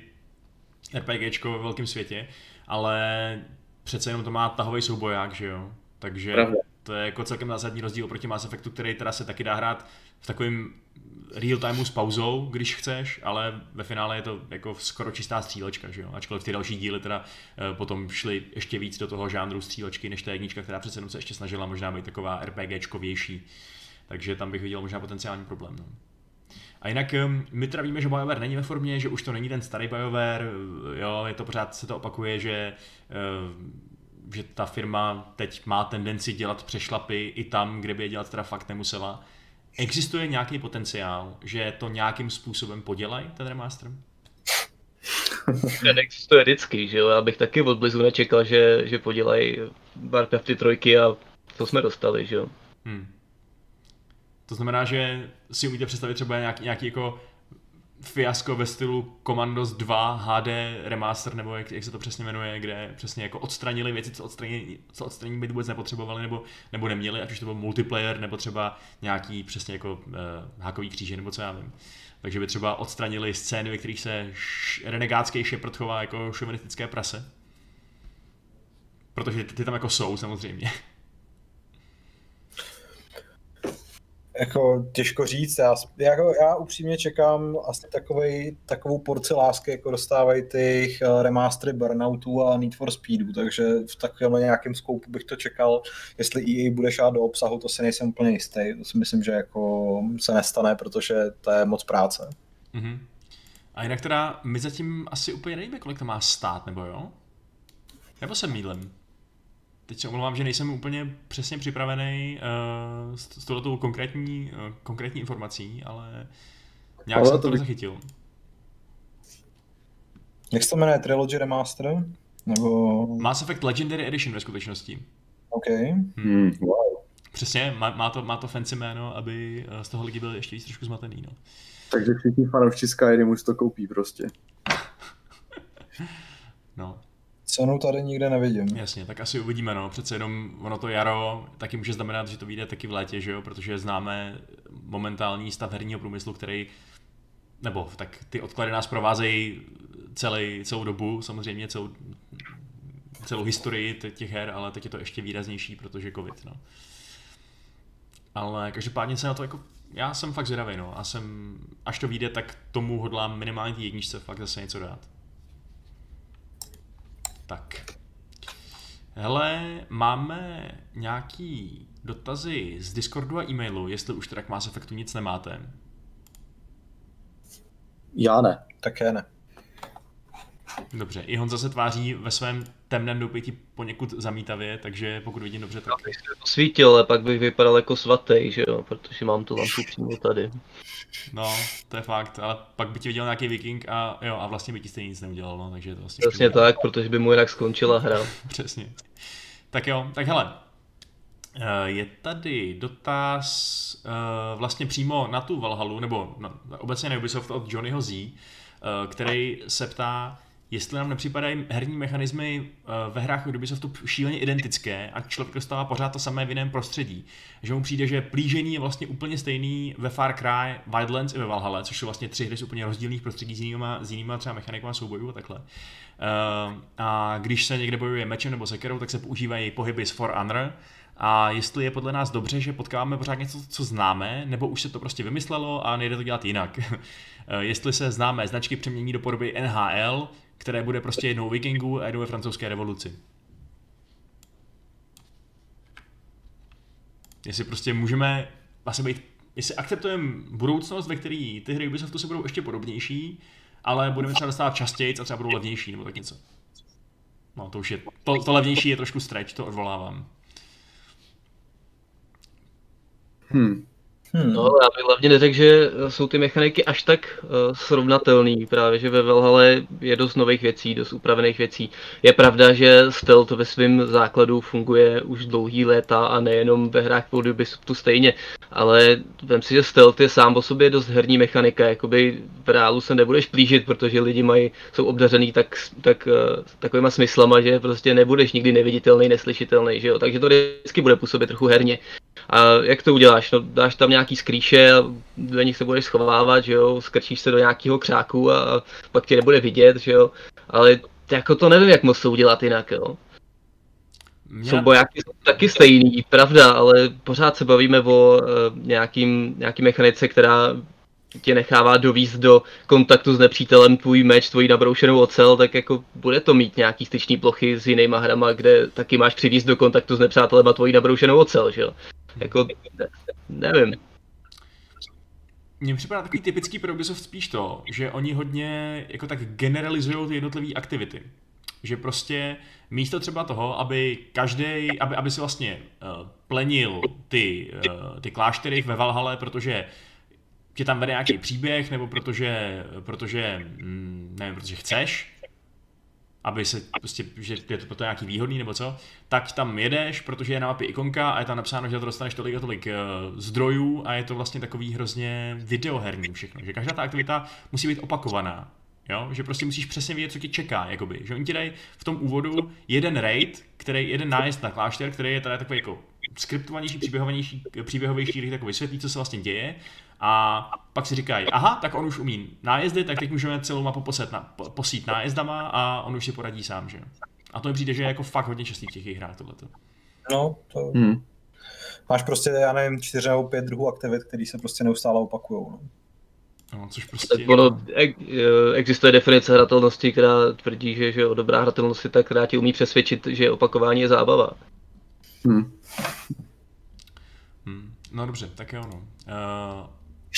RPGčko ve velkém světě, ale přece jenom to má tahový souboják, že jo. Takže Pravda. To je jako celkem zásadní rozdíl oproti Mass Effectu, který teda se taky dá hrát v takovém real timeu s pauzou, když chceš, ale ve finále je to jako skoro čistá střílečka, že jo? Ačkoliv ty další díly teda uh, potom šly ještě víc do toho žánru střílečky, než ta jednička, která přece jenom se ještě snažila možná být taková RPGčkovější. Takže tam bych viděl možná potenciální problém. No. A jinak um, my teda víme, že BioWare není ve formě, že už to není ten starý BioWare, jo, je to pořád se to opakuje, že uh, že ta firma teď má tendenci dělat přešlapy i tam, kde by je dělat teda fakt nemusela. Existuje nějaký potenciál, že to nějakým způsobem podělají, ten remaster? Ten existuje vždycky, že jo? Já bych taky od Blizzu nečekal, že, že podělají Warcrafty trojky a to jsme dostali, že jo? Hmm. To znamená, že si umíte představit třeba nějaký, nějaký jako fiasko ve stylu Commandos dva H D remaster, nebo jak, jak se to přesně jmenuje, kde přesně jako odstranili věci, co odstranění, co odstranění by vůbec nepotřebovali nebo, nebo neměli, ať už to byl multiplayer, nebo třeba nějaký přesně jako uh, hákový kříže, nebo co já vím. Takže by třeba odstranili scény, ve kterých se š- renegátský Shepard chová jako šovinistické prase. Protože ty, ty tam jako jsou samozřejmě. Jako těžko říct, já, jako, já upřímně čekám asi takovej, takovou porci lásky, jako dostávají ty remastery Burnoutů a Need for Speedů, takže v takovém nějakém skoupu bych to čekal, jestli E A bude šát do obsahu, to si nejsem úplně jistý, to si myslím, že jako se nestane, protože to je moc práce. Mm-hmm. A jinak teda, my zatím asi úplně nevíme, kolik to má stát, nebo jo? Nebo se mýlím? Teď se omlouvám, že nejsem úplně přesně připravený uh, s, s touhletou konkrétní, uh, konkrétní informací, ale nějak ale jsem to zachytil. Jak se to jmenuje? Trilogy Remaster? Nebo... Mass Effect Legendary Edition ve skutečnosti. OK. Hmm. Wow. Přesně, má, má, to, má to fancy jméno, aby z toho lidi byli ještě víc trošku zmatený. No. Takže všichni fanoušci Skyrimu už to koupí prostě. No. Cenu tady nikde nevidím. Jasně, tak asi uvidíme, no. Přece jenom ono to jaro taky může znamenat, že to vyjde taky v létě, že jo, protože známe momentální stav herního průmyslu, který, nebo tak ty odklady nás provázejí celý, celou dobu, samozřejmě celou, celou historii těch her, ale teď je to ještě výraznější, protože covid, no. Ale každopádně se na to jako, já jsem fakt zvědavý, no. A jsem, až to vyjde, tak tomu hodlám minimálně té jedničce fakt zase něco dát. Tak. Hele, máme nějaký dotazy z Discordu a e-mailu, jestli už teda k Mass Effectu nic nemáte. Já ne. Také ne. Dobře, i Honza se tváří ve svém temném doupěti poněkud zamítavě, takže pokud vidím dobře, tak... Já bych se posvítil, ale pak bych vypadal jako svatý, že jo, protože mám tu lampu přímo tady. No, to je fakt, ale pak by ti viděl nějaký viking a jo, a vlastně by ti stejně nic neudělal, no, takže je to vlastně... Přesně tak, protože by mu jinak skončila hra. Přesně. Tak jo, tak hele, Je tady dotaz uh, vlastně přímo na tu Valhallu, nebo na, obecně na Ubisoft od Johnnyho Z, uh, který se ptá, jestli nám nepřipadají herní mechanismy uh, ve hrách od Ubisoftu šíleně identické a člověk dostává pořád to samé v jiném prostředí. Že mu přijde, že plížení je vlastně úplně stejný ve Far Cry, Wildlands i ve Valhalle, což jsou vlastně tři hry z úplně rozdílných prostředí s jinýma, s jinýma třeba mechanikama soubojů a takhle. Uh, a když se někde bojuje mečem nebo sekerou, tak se používají pohyby z For Honor. A jestli je podle nás dobře, že potkáváme pořád něco, co známe, nebo už se to prostě vymyslelo a nejde to dělat jinak. Jestli se známé značky přemění do podoby N H L, které bude prostě jednou Vikingu a jednou ve francouzské revoluci. Jestli prostě můžeme vlastně být, jestli akceptujeme budoucnost, ve které ty hry Ubisoftu se budou ještě podobnější, ale budeme třeba dostávat častěji a třeba budou levnější, nebo tak něco. No to už je, to, to levnější je trošku stretch, to odvolávám. Hmm. Hmm. No, já bych hlavně neřekl, že jsou ty mechaniky až tak uh, srovnatelný, právě že ve Valhalle je dost nových věcí, dost upravených věcí. Je pravda, že stealth ve svém základu funguje už dlouhý léta a nejenom ve hrách pod Ubisoftu stejně, ale vem si, že stealth je sám o sobě dost herní mechanika, jakoby v reálu se nebudeš plížit, protože lidi mají, jsou obdařený tak, tak, uh, takovýma smyslama, že prostě nebudeš nikdy neviditelný, neslyšitelný, že jo, takže to vždycky bude působit trochu herně. A jak to uděláš? No, dáš tam nějaký skrýše a do nich se budeš schovávat, že jo, skrčíš se do nějakého křáku a pak tě nebude vidět, že jo, ale jako to nevím, jak moc to udělat jinak, jo. Mě... Jsou bojáky taky stejný, pravda, ale pořád se bavíme o uh, nějakým, nějaký mechanice, která tě nechává dovízt do kontaktu s nepřítelem tvůj meč, tvoji nabroušenou ocel, tak jako bude to mít nějaký styční plochy s jinýma hrama, kde taky máš přivízt do kontaktu s nepřátelem a tvoji nabroušenou ocel, že jo. Jako, ne, nevím. Mně připadá takový typický pro Ubisoft spíš to, že oni hodně jako tak generalizují ty jednotlivé aktivity. Že prostě místo třeba toho, aby každý, aby, aby si vlastně uh, plenil ty, uh, ty kláštery ve Valhalle, protože tě tam vede nějaký příběh, nebo protože, protože, mm, nevím, protože chceš, aby se prostě, že je to pro to nějaký výhodný nebo co, tak tam jedeš, protože je na mapě ikonka a je tam napsáno, že to dostaneš tolik a tolik uh, zdrojů a je to vlastně takový hrozně videoherní všechno, že každá ta aktivita musí být opakovaná, jo, že prostě musíš přesně vědět, co tě čeká, jakoby, že oni ti dají v tom úvodu jeden raid, který, jeden nájezd na klášter, který je teda takový jako skriptovanější, příběhovější, příběhovější, který takový vysvětlí, co se vlastně děje. A pak si říkají, aha, tak on už umí nájezdy, tak teď můžeme celou mapu poset na, po, posít nájezdama a on už si poradí sám, že? A to mi přijde, že je jako fakt hodně častý v těch hrách tohleto. No, to... Hmm. Máš prostě, já nevím, čtyři nebo pět druhů aktivit, které se prostě neustále opakujou. No. No, což prostě... Tak ono, existuje definice hratelnosti, která tvrdí, že, že dobrá hratelnost je ta, která ti umí přesvědčit, že opakování je zábava. Hmm. Hmm. No dobře, tak jo, no. Uh...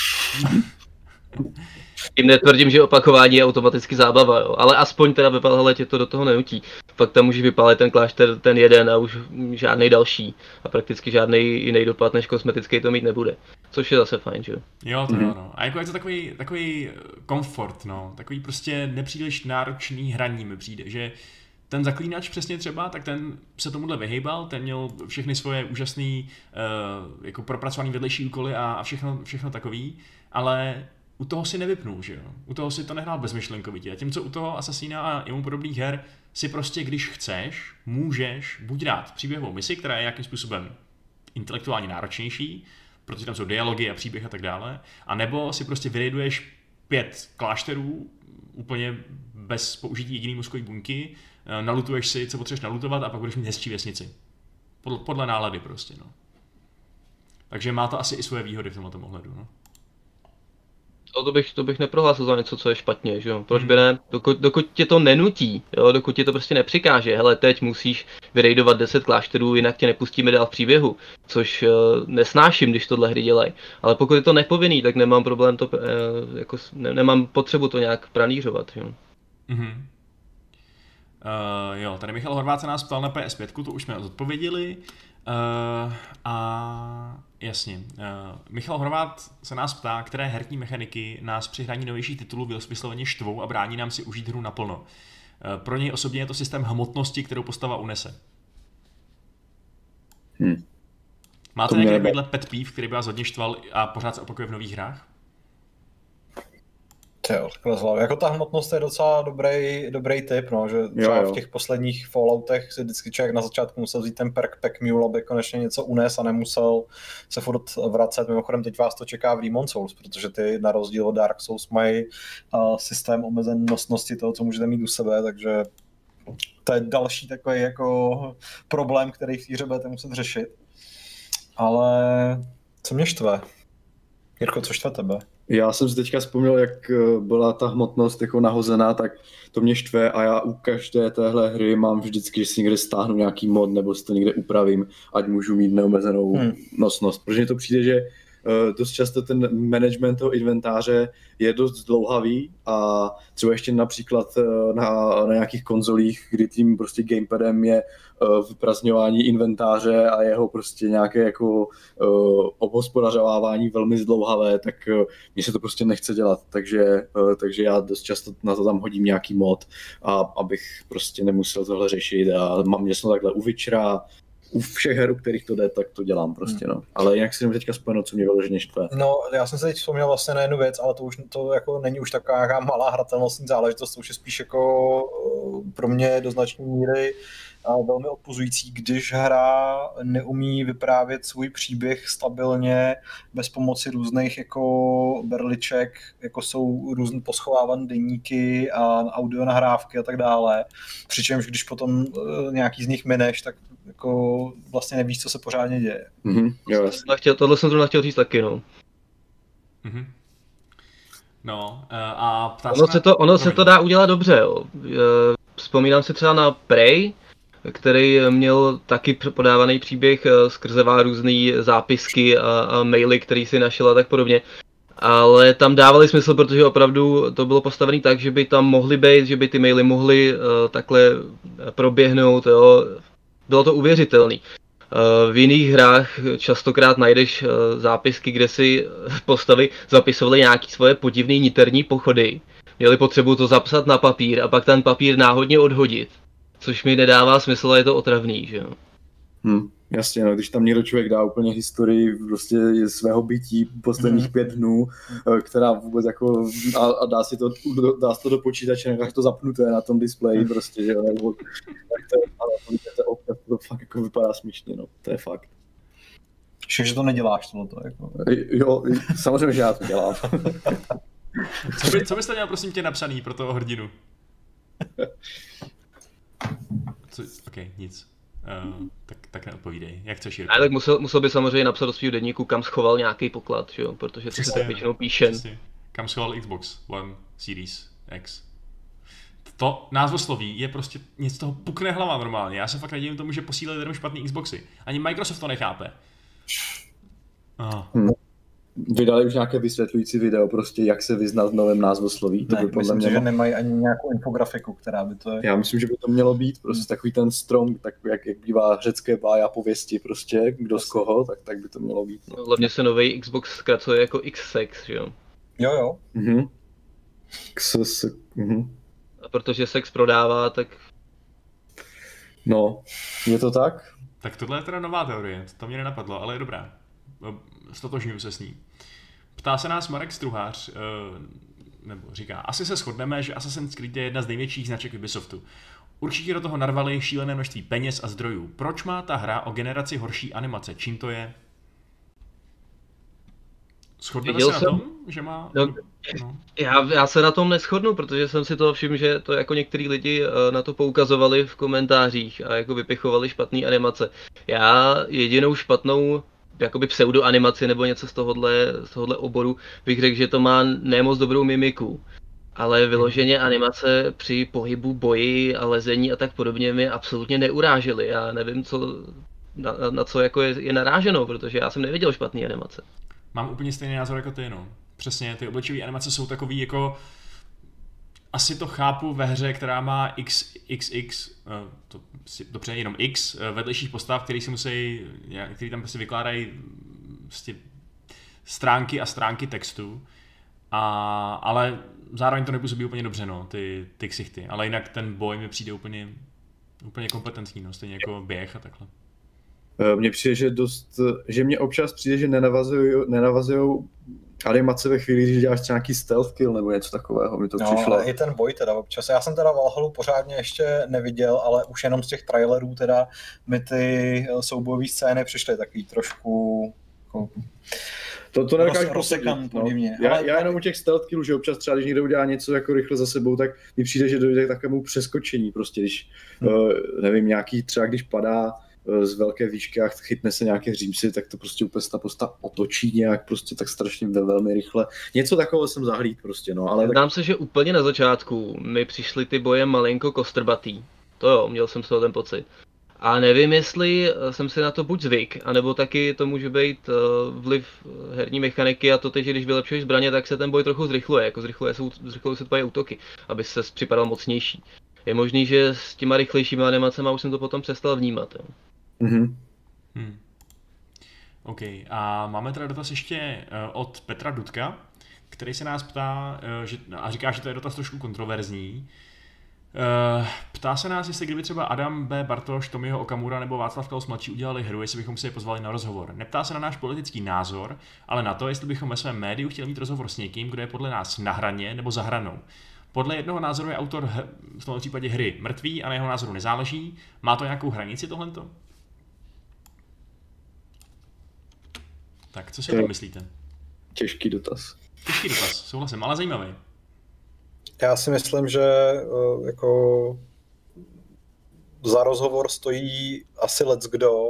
Tím netvrdím, že opakování je automaticky zábava, jo. Ale aspoň teda ve Valhalle tě to do toho nenutí. Pak tam můžeš vypálit ten klášter, ten jeden a už žádnej další. A prakticky žádný jiný dopad než kosmetický to mít nebude. Což je zase fajn, že jo. Jo, to jo, no. A jako je to takový, takový komfort, no. Takový prostě nepříliš náročný hraní mi přijde, že ten zaklínač přesně třeba, tak ten se tomuhle vyhejbal, ten měl všechny svoje úžasný, uh, jako propracovaný vedlejší úkoly a, a všechno, všechno takový, ale u toho si nevypnul, že jo? U toho si to nehrál bezmyšlenkovitě. A tím, co u toho Assassina a jemu podobných her si prostě, když chceš, můžeš buď dát příběhovou misi, která je nějakým způsobem intelektuálně náročnější, protože tam jsou dialogy a příběh a tak dále, a nebo si prostě vyraiduješ pět klášterů úplně bez použití jediný mozkový buňky, nalutuješ si, co potřebuješ nalutovat a pak budeš mít hezčí vesnici. Podle, podle nálady prostě, no. Takže má to asi i svoje výhody v tomto ohledu, no. To bych, to bych neprohlásil za něco, co je špatně, že jo? Proč by ne? Dokud, dokud tě to nenutí, jo? Dokud tě to prostě nepřikáže, hele, teď musíš vyrejdovat deset klášterů, jinak tě nepustíme dál v příběhu, což uh, nesnáším, když tohle hry dělají. Ale pokud je to nepovinný, tak nemám problém to, uh, jako, ne, nemám potřebu to nějak pranířovat, jo? Mm-hmm. Uh, jo, tady Michal Horváth se nás ptal na P S pět, to už jsme odpověděli. Uh, a jasně, uh, Michal Horváth se nás ptá, které herní mechaniky nás při hraní novějších titulů vysloveně štvou a brání nám si užít hru naplno. Uh, pro něj osobně je to systém hmotnosti, kterou postava unese. Hmm. Máte nějaký takovýhle pet peeve, který by vás hodně štval a pořád se opakuje v nových hrách? Jo, takhle z hlavy. Jako ta hmotnost je docela dobrý, dobrý tip, no, že třeba jo, jo. v těch posledních Falloutech si vždycky člověk na začátku musel vzít ten perk pack mule, aby konečně něco unes a nemusel se furt vracet. Mimochodem teď vás to čeká v Demon's Souls, protože ty na rozdíl od Dark Souls mají uh, systém omezen nosnosti toho, co můžete mít u sebe, takže to je další takový jako problém, který v té hře budete muset řešit. Ale co mě štve? Jirko, co štve tebe? Já jsem si teďka vzpomněl, jak byla ta hmotnost jako nahozená, tak to mě štve a já u každé téhle hry mám vždycky, že si někde stáhnu nějaký mod nebo si to někde upravím, ať můžu mít neomezenou hmm. nosnost. Protože mi to přijde, že uh, dost často ten management toho inventáře je dost dlouhavý a třeba ještě například uh, na, na nějakých konzolích, kdy tím prostě gamepadem je uh, vyprazňování inventáře a jeho prostě nějaké jako uh, obhospodařovávání velmi zdlouhavé, tak uh, mně se to prostě nechce dělat, takže, uh, takže já dost často na to tam hodím nějaký mod, a, abych prostě nemusel tohle řešit a mám něco takhle u Witchera, u všech her, u kterých to jde, tak to dělám prostě, no. Ale jinak si teďka spojeno, co mě vyloženě štve. No, já jsem se teď vzpomněl vlastně na jednu věc, ale to už to jako není už taková nějaká malá hratelnostní záležitost, to už je spíš jako pro mě do značné míry velmi odpuzující, když hra neumí vyprávět svůj příběh stabilně bez pomoci různých jako berliček, jako jsou různý poschovávané deníky a audio nahrávky a tak dále. Přičemž když potom nějaký z nich mineš, tak jako vlastně nevíš, co se pořádně děje. Mm-hmm. Jo, chtěl, tohle jsem zrovna chtěl říct taky, no. Mm-hmm. No, a ptá ono se, se to, ono se to dá udělat dobře, jo. Vzpomínám si třeba na Prey, který měl taky podávaný příběh skrze různý zápisky a, a maily, který si našel a tak podobně. Ale tam dávali smysl, protože opravdu to bylo postavené tak, že by tam mohly být, že by ty maily mohly uh, takhle proběhnout, jo. Bylo to uvěřitelný. Uh, v jiných hrách častokrát najdeš uh, zápisky, kde si postavy zapisovaly nějaké svoje podivné niterní pochody. Měli potřebu to zapsat na papír a pak ten papír náhodně odhodit. Což mi nedává smysl a je to otravný, že jo. Hmm, jasně, no, když tam někdo člověk dá úplně historii prostě svého bytí posledních mm. pět dnů, která vůbec jako, a, a dá si to, dá si to do počítače, necháš to zapnuté na tom displeji mm. prostě, že jo, nebo, tak to, ale to, to, to, to fakt jako vypadá směšně, no, to je fakt. Ještě, že to neděláš tohleto, jako. Jo, samozřejmě, že já to dělám. Co, by, co byste měl, prosím tě, napsaný pro toho hrdinu? Co, ok, nic. Uh, tak, tak neodpovídej. Jak chceš, Jirko? Ne, tak musel, musel by samozřejmě napsat do svého deníku, kam schoval nějaký poklad, jo? Protože to se tak většinou píše. Přesně. Kam schoval Xbox One Series X. To názvosloví je prostě něco z toho pukne hlava normálně. Já se fakt nedivím tomu, že posílali lidem špatný Xboxy. Ani Microsoft to nechápe. Oh. Hmm. Vydali už nějaké vysvětlující video, prostě jak se vyznat v novém názvosloví. To ne, by podle myslím mě si, že nemají ani nějakou infografiku, která by to... Já myslím, že by to mělo být prostě takový ten strom, tak jak, jak bývá řecké bája pověsti prostě, kdo z koho, tak, tak by to mělo být. No. Hlavně se nový Xbox zkracuje jako X-Sex, že jo? Jo, jo. Mhm. X, mhm. A protože sex prodává, tak... No, je to tak? Tak tohle je teda nová teorie, to mě nenapadlo, ale je dobrá. Stotožňuji se s ní. Ptá se nás Marek Struhář, nebo říká, asi se shodneme, že Assassin's Creed je jedna z největších značek Ubisoftu. Určitě do toho narvali šílené množství peněz a zdrojů. Proč má ta hra o generaci horší animace? Čím to je? Shodneme se na tom, že má... No, no. Já, já se na tom neshodnu, protože jsem si toho všiml, že to jako některý lidi na to poukazovali v komentářích a jako vypichovali špatný animace. Já jedinou špatnou jakoby pseudoanimaci nebo něco z tohohle, z tohohle oboru bych řekl, že to má nemoc dobrou mimiku. Ale vyloženě animace při pohybu, boji a lezení a tak podobně mi absolutně neurážely. Já nevím, co, na, na co jako je, je naráženo, protože já jsem neviděl špatný animace. Mám úplně stejný názor jako ty, no. Přesně, ty obličové animace jsou takový jako... Asi to chápu ve hře, která má x, xx, to si, dobře, jenom x vedlejších postav, který si musí, který tam prostě vykládají prostě stránky a stránky textu, a, ale zároveň to nepůsobí úplně dobře, no, ty, ty ksichty, ale jinak ten boj mi přijde úplně, úplně kompetentní, no, stejně jako běh a takhle. Mně přijde, že dost, že mě občas přijde, že nenavazujou, nenavazujou animace ve chvíli, když děláš nějaký stealth kill nebo něco takového, mi to no, přišlo. Ale i ten boj teda občas. Já jsem teda Valhallu pořádně ještě neviděl, ale už jenom z těch trailerů teda mi ty soubojové scény přišly takový trošku... Jako... To, to nedokážu poseknout, no. já, já jenom u těch stealth killů, že občas třeba, když někdo udělá něco jako rychle za sebou, tak mi přijde, že dojde k takovému přeskočení, prostě když, hmm. uh, nevím, nějaký třeba, když padá uh, z velké výšky a chytne se nějaké římsy, tak to prostě úplně ta posta otočí nějak prostě tak strašně velmi rychle. Něco takového jsem zahlídl prostě, no. Ale Zdám tak... se, že úplně na začátku mi přišly ty boje malinko kostrbatý. To jo, měl jsem z toho ten pocit. A nevím, jestli jsem si na to buď zvyk, anebo taky to může být vliv herní mechaniky a to teď, že když vylepšuješ zbraně, tak se ten boj trochu zrychluje, jako zrychluje se, zrychluje se tvoje útoky, aby se připadal mocnější. Je možný, že s těma rychlejšími animacemi už jsem to potom přestal vnímat. Jo. Mm-hmm. Hmm. OK, a máme teda dotaz ještě od Petra Dudka, který se nás ptá, že, a říká, že to je dotaz trošku kontroverzní. Ptá se nás, jestli kdyby třeba Adam B. Bartoš, Tomio Okamura nebo Václav Klaus mladší udělali hru, jestli bychom si je pozvali na rozhovor. Neptá se na náš politický názor, ale na to, jestli bychom ve svém médiu chtěli mít rozhovor s někým, kdo je podle nás na hraně nebo za hranou. Podle jednoho názoru je autor v tomto případě hry mrtvý a na jeho názoru nezáleží. Má to nějakou hranici tohleto? Tak, co si o tom myslíte? Těžký dotaz. Těžký dotaz, souhlasím, ale zajímavý. Já si myslím, že jako za rozhovor stojí asi leckdo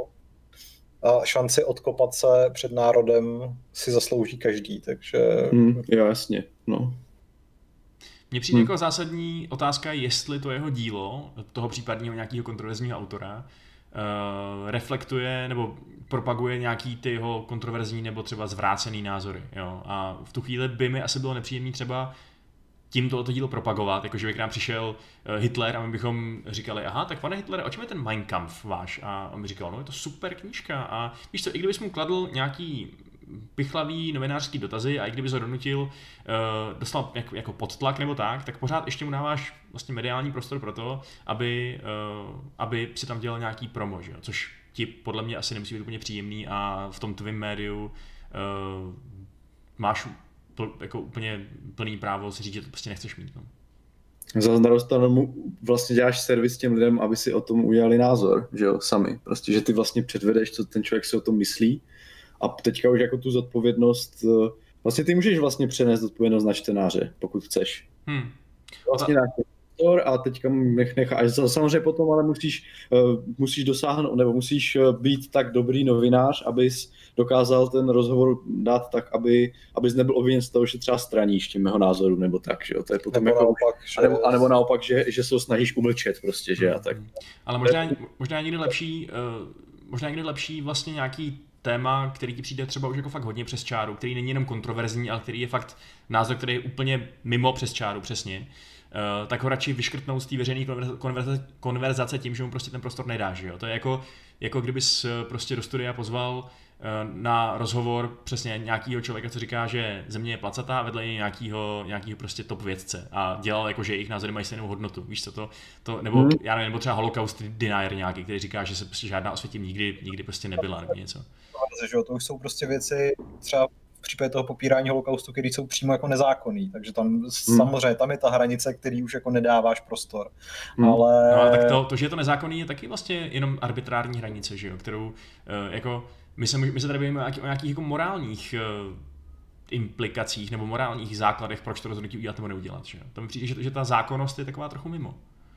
a šanci odkopat se před národem si zaslouží každý, takže... Hmm, jo, jasně, no. Mně přijde hmm. jako zásadní otázka, jestli to jeho dílo, toho případního nějakého kontroverzního autora, uh, reflektuje nebo propaguje nějaký ty jeho kontroverzní nebo třeba zvrácený názory. Jo? A v tu chvíli by mi asi bylo nepříjemný třeba tím tohoto dílo propagovat, jakože by k nám přišel Hitler a my bychom říkali, aha, tak pane Hitlere, o čem je ten Mein Kampf váš? A on by říkal, no je to super knížka a víš co, i kdybys mu kladl nějaký pichlavý novinářský dotazy a i kdyby ho donutil, uh, dostal jako, jako podtlak nebo tak, tak pořád ještě mu dáváš vlastně mediální prostor pro to, aby, uh, aby si tam dělal nějaký promo, že jo? Což ti podle mě asi nemusí být úplně příjemný a v tom tvým médiu uh, máš pl, jako úplně plný právo si říct, že to prostě nechceš mít. No. Za na stranu vlastně děláš servis těm lidem, aby si o tom udělali názor, že jo, sami. Prostě, že ty vlastně předvedeš, co ten člověk si o tom myslí. A teďka už jako tu zodpovědnost, vlastně ty můžeš vlastně přenést zodpovědnost na čtenáře, pokud chceš. Hmm. Vlastně na prostor a teďka nech, necháš, samozřejmě potom ale musíš, uh, musíš dosáhnout, nebo musíš být tak dobrý novinář, abys dokázal ten rozhovor dát tak, aby, abys nebyl obviněn z toho, že třeba straníš tím jeho názoru, nebo tak, že jo, to je potom nebo jako, naopak, že... anebo, anebo naopak, že, že se ho snažíš umlčet prostě, že a tak. Ale možná, možná někdy lepší, uh, možná někdy lepší vlastně nějaký téma, který ti přijde třeba už jako fakt hodně přes čáru, který není jenom kontroverzní, ale který je fakt názor, který je úplně mimo přes čáru, přesně, uh, tak ho radši vyškrtnout z té veřejné konverzace, konverzace tím, že mu prostě ten prostor nedáš, jo. To je jako, jako kdybys prostě do studia pozval uh, na rozhovor přesně nějakýho člověka, co říká, že země je placatá a vedle je nějakýho, nějakýho prostě top vědce a dělal jako, že jejich názory mají stejnou hodnotu, víš co to, to nebo hmm. já nevím, nebo třeba holocaust denier nějaký, který říká, že se prostě žádná osvětím nikdy, nikdy prostě nebyla nebo něco. To už jsou prostě věci třeba v případě toho popírání holokaustu, které jsou přímo jako nezákonný, takže tam hmm. samozřejmě tam je ta hranice, který už jako nedáváš prostor. Hmm. Ale... No, ale tak to, to, že je to nezákonný, je taky vlastně jenom arbitrární hranice, že jo, kterou uh, jako my se, my se tady bavíme o nějakých jako morálních uh, implikacích nebo morálních základech, proč to rozhodnutí udělat nebo neudělat, že jo. To mi přijde, že, že ta zákonnost je taková trochu mimo.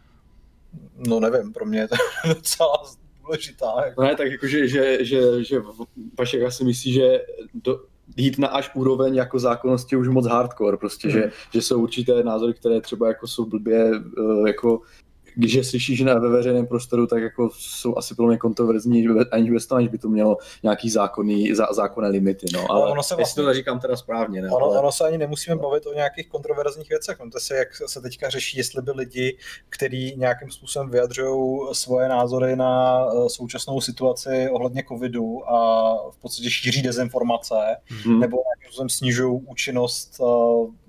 No nevím, pro mě je to docela důležitá. Jako. No ne, tak jakože, že, že, že Vašek asi myslí, že do, jít na až úroveň jako zákonnosti je už moc hardcore, prostě, mm. že, že jsou určité názory, které třeba jako jsou blbě, jako když je slyšíš na ve veřejném prostoru, tak jako jsou asi pro mě kontroverzní, ani bez toho, aniž by to mělo nějaký zákonný, zá, zákonné limity, no, ale ono se vlastně, jestli to neříkám teda správně, ne? Ono, ale... ono se ani nemusíme bavit o nějakých kontroverzních věcech, to se, jak se teďka řeší, jestli by lidi, kteří nějakým způsobem vyjadřují svoje názory na současnou situaci ohledně covidu a v podstatě šíří dezinformace, hmm. nebo nějakým způsobem snižují účinnost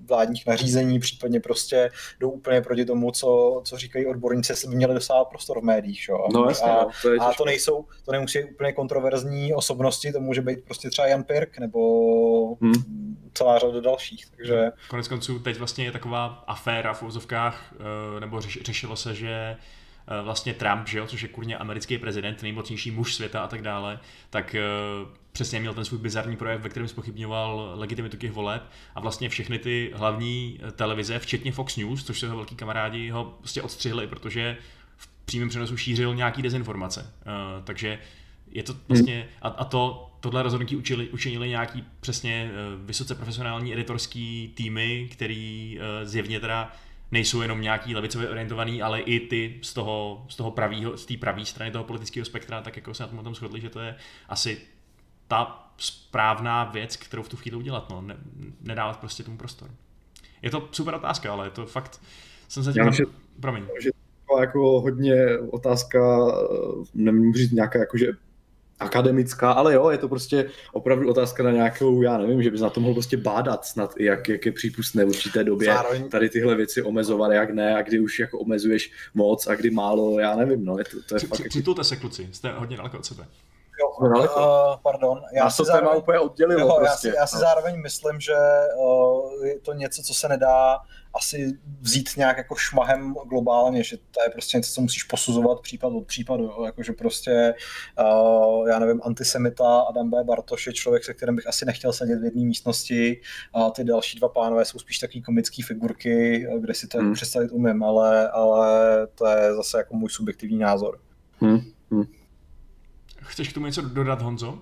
vládních nařízení, případně prostě jdou úplně proti tomu, co, co říkají odborníci, jestli by měli dosávat prostor v médiích. Jo? No, jasně, a, no, to je a to nejsou, to nemusí úplně kontroverzní osobnosti, to může být prostě třeba Jan Pirk nebo hmm. celá řada dalších. Takže... Konec konců teď vlastně je taková aféra v uvozovkách, nebo řeš, řešilo se, že vlastně Trump, že jo, což je kurně americký prezident, nejmocnější muž světa a tak dále, tak uh, přesně měl ten svůj bizarní projev, ve kterém zpochybňoval legitimitu těch voleb a vlastně všechny ty hlavní televize, včetně Fox News, což jsou jeho velký kamarádi, ho prostě odstřihli, protože v přímém přenosu šířil nějaký dezinformace. Uh, takže je to vlastně, a, a to, tohle rozhodnutí učili, učinili nějaký přesně uh, vysoce profesionální editorský týmy, který uh, zjevně teda nejsou jenom nějaký levicově orientovaný, ale i ty z toho, z toho pravýho, z té pravé strany toho politického spektra, tak jako se na tom o tom shodli, že to je asi ta správná věc, kterou v tu chvíli udělat, no, ne, nedávat prostě tomu prostor. Je to super otázka, ale je to fakt, jsem se tím... Že, promiň. Že to jako hodně otázka, nemůžu říct nějaká jakože akademická, ale jo, je to prostě opravdu otázka na nějakou, já nevím, že bys na to mohl prostě bádat snad, jak, jak je přípustné v určité době Zároveň. tady tyhle věci omezovat, jak ne, a kdy už jako omezuješ moc a kdy málo, já nevím, no, je to, to je Při, fakt... Při, přitulte se, kluci, jste hodně daleko od sebe. Jo, uh, pardon. Já, já si zároveň, úplně oddělilo jo, prostě. Já si, já si no. zároveň myslím, že uh, je to něco, co se nedá asi vzít nějak jako šmahem globálně, že to je prostě něco, co musíš posuzovat případ od případu, jo? Jakože prostě, uh, já nevím, antisemita Adam B. Bartoš je člověk, se kterým bych asi nechtěl sedět v jedné místnosti, a ty další dva pánové jsou spíš takový komický figurky, kde si to hmm. představit umím, ale, ale to je zase jako můj subjektivní názor. Hmm. Hmm. Chceš k tomu něco dodat, Honzo?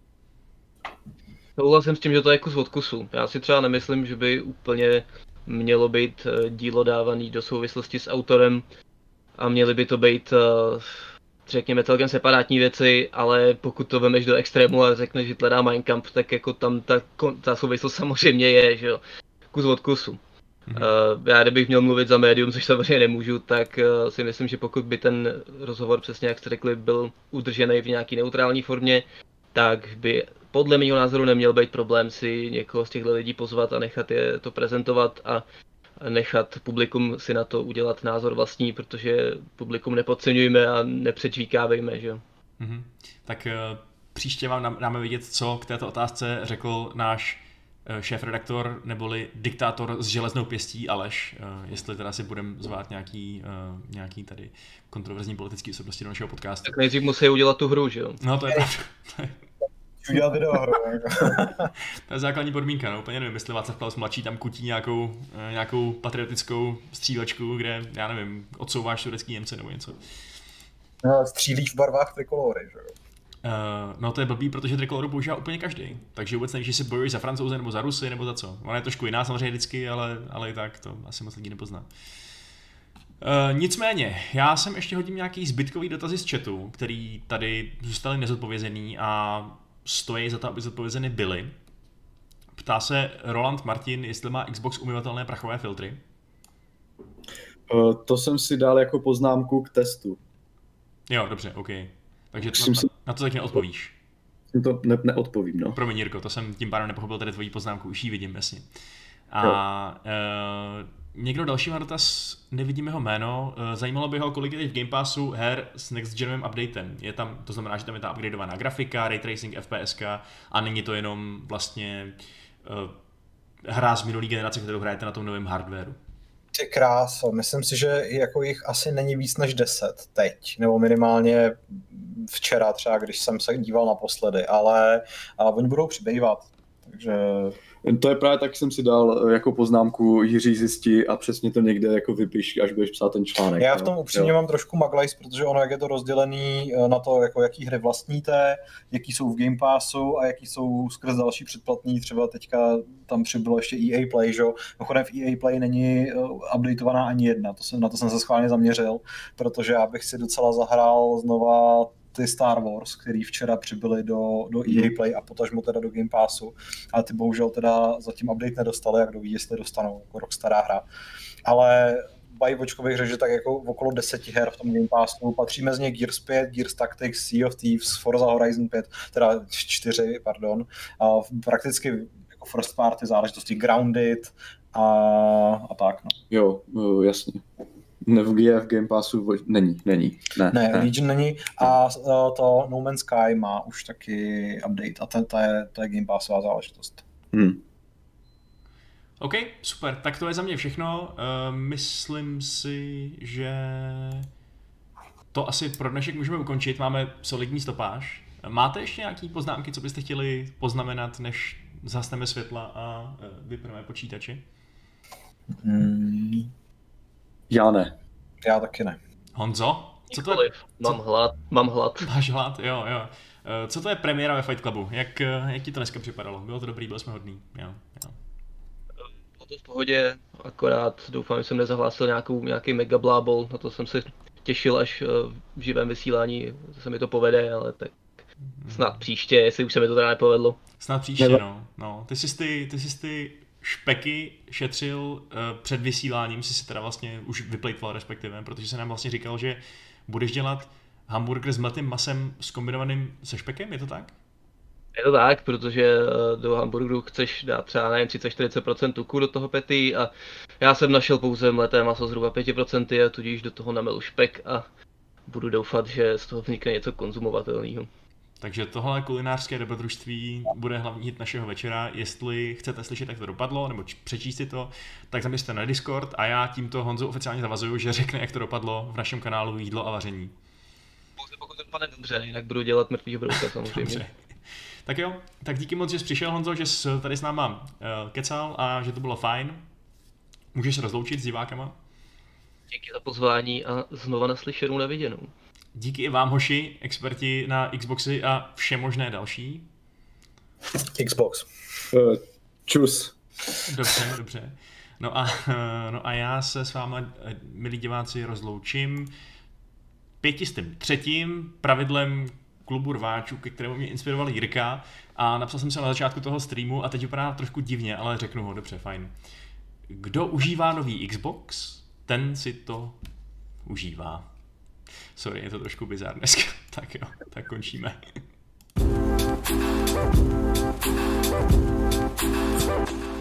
Souhlasím s tím, že to je kus od kusu. Já si třeba nemyslím, že by úplně mělo být dílo dávaný do souvislosti s autorem a měly by to být, řekněme, celkem separátní věci, ale pokud to vemeš do extrému a řekneš, že hledá Mein Kampf, tak jako tam ta, ta souvislost samozřejmě je, že jo, kus od kusu. Mm-hmm. Já kdybych měl mluvit za médium, což samozřejmě nemůžu, tak si myslím, že pokud by ten rozhovor, přesně jak jste řekli, byl udržený v nějaký neutrální formě, tak by podle mého názoru neměl být problém si někoho z těchto lidí pozvat a nechat je to prezentovat a nechat publikum si na to udělat názor vlastní, protože publikum nepodceňujme a nepředžvíkávejme, že jo. Mm-hmm. Tak uh, příště vám dáme vidět, co k této otázce řekl náš šéfredaktor neboli diktátor s železnou pěstí Aleš, jestli teda si budeme zvát nějaký, nějaký tady kontroverzní politický osobnosti do našeho podcastu. Tak nejdřív musí udělat tu hru, že jo? No to je pravda. Udělat videohru. To je základní podmínka, no úplně nevím, jestli Václav Klaus mladší tam kutí nějakou, nějakou patriotickou střílečku, kde, já nevím, odsouváš turecký Němce nebo něco. No, střílíš v barvách trikolory, že jo? Uh, no to je blbý, protože trikoloru používá úplně každý. Takže vůbec nevíš, jestli bojuješ za Francouze nebo za Rusy nebo za co. Ona je trošku jiná samozřejmě vždycky, ale, ale i tak to asi moc lidí nepozná. Uh, nicméně, já jsem ještě hodím nějaký zbytkový dotazy z chatu, který tady zůstaly nezodpovězený a stojí za to, aby zodpovězeny byly. Ptá se Roland Martin, jestli má Xbox umyvatelné prachové filtry. Uh, to jsem si dal jako poznámku k testu. Jo, dobře, OK. Takže to, na, na to taky neodpovíš. To ne, neodpovím, no. Promiň, Jirko, to jsem tím pádem nepochopil tady tvoji poznámku, už ji vidím, jasně. A uh, někdo další má dotaz, nevidím jeho jméno, uh, zajímalo by ho, kolik je v Game Passu her s next genovým updatem. Je tam, to znamená, že tam je ta upgradeovaná grafika, ray tracing, F P S a není to jenom vlastně uh, hra z minulý generace, kterou hrajete na tom novém hardwareu. Ty kráso, myslím si, že jako jich asi není víc než deset teď, nebo minimálně včera třeba, když jsem se díval naposledy, ale oni budou přibývat, takže... To je právě tak, jsem si dal jako poznámku Jiří zjistí a přesně to někde jako vypiš, až budeš psát ten článek. Já v tom upřímně mám trošku maglajs, protože ono, jak je to rozdělený na to, jako jaký hry vlastníte, jaký jsou v Game Passu a jaký jsou skrz další předplatný, třeba teďka tam přibylo ještě E A Play, že jo. Mimochodem v E A Play není updateovaná ani jedna, to jsem, na to jsem se schválně zaměřil, protože já bych si docela zahrál znova ty Star Wars, který včera přibyly do, do E A Play a potažmo teda do Game Passu, ale ty bohužel teda zatím update nedostali, jak kdo ví, jestli dostanou, jako Rockstará hra. Ale bajvočko bych řekl, že tak jako okolo deseti her v tom Game Passu, patří mezi ně Gears pět, Gears Tactics, Sea of Thieves, Forza Horizon pět, teda čtyři, pardon, a prakticky jako first party záležitosti Grounded a, a tak. No. Jo, jasně. Nev je v Game Passu není, není. Ne, ne, ne. Legion není a to No Man's Sky má už taky update a to, to, je, to je Game Passová záležitost. Hmm. OK, super, tak to je za mě všechno. Uh, myslím si, že to asi pro dnešek můžeme ukončit, máme solidní stopáž. Máte ještě nějaké poznámky, co byste chtěli poznamenat, než zhasneme světla a vypneme počítače? Hmm. Já ne. Já taky ne. Honzo? Co to je? Mám hlad, mám hlad. Máš hlad, jo, jo. Co to je premiéra ve Fight Clubu? Jak, jak ti to dneska připadalo? Bylo to dobrý, byli jsme hodný. Jo, jo. Bylo to v pohodě, akorát doufám, že jsem nezahlásil nějakou, nějaký mega blábol, na to jsem se těšil, až v živém vysílání se mi to povede, ale tak snad příště, jestli už se mi to teda nepovedlo. Snad příště, no. no. Ty jsi ty, ty jsi ty špeky šetřil uh, před vysíláním, jsi si teda vlastně už vyplejtval respektive, protože se nám vlastně říkal, že budeš dělat hamburger s mletým masem zkombinovaným se špekem, je to tak? Je to tak, protože do hamburgeru chceš dát třeba nevím, třicet až čtyřicet procent tuku do toho patty a já jsem našel pouze mleté maso zhruba pět procent a tudíž do toho namelu špek a budu doufat, že z toho vznikne něco konzumovatelného. Takže tohle kulinářské dobrodružství bude hlavní hit našeho večera. Jestli chcete slyšet, jak to dopadlo, nebo přečíst si to, tak zaměřte na Discord a já tímto Honzu oficiálně zavazuju, že řekne, jak to dopadlo v našem kanálu Jídlo a vaření. Pouze pokud to dopadne dobře, jinak budu dělat mrtvýho brouka samozřejmě. Dobře. Tak jo, tak díky moc, že jsi přišel, Honzo, že jsi tady s náma uh, kecal a že to bylo fajn. Můžeš se rozloučit s divákama? Díky za pozvání a znova naslyšenou neviděnou. Díky i vám, hoši, experti na Xboxy a vše možné další. Xbox. Uh, čus. Dobře, dobře. No a, no a já se s váma, milí diváci, rozloučím pětistým třetím pravidlem klubu rváčů, ke kterému mě inspiroval Jirka a napsal jsem se na začátku toho streamu a teď vypadá trošku divně, ale řeknu ho, dobře, fajn. Kdo užívá nový Xbox, ten si to užívá. Sorry, je to trošku bizár dneska. Tak jo, tak končíme.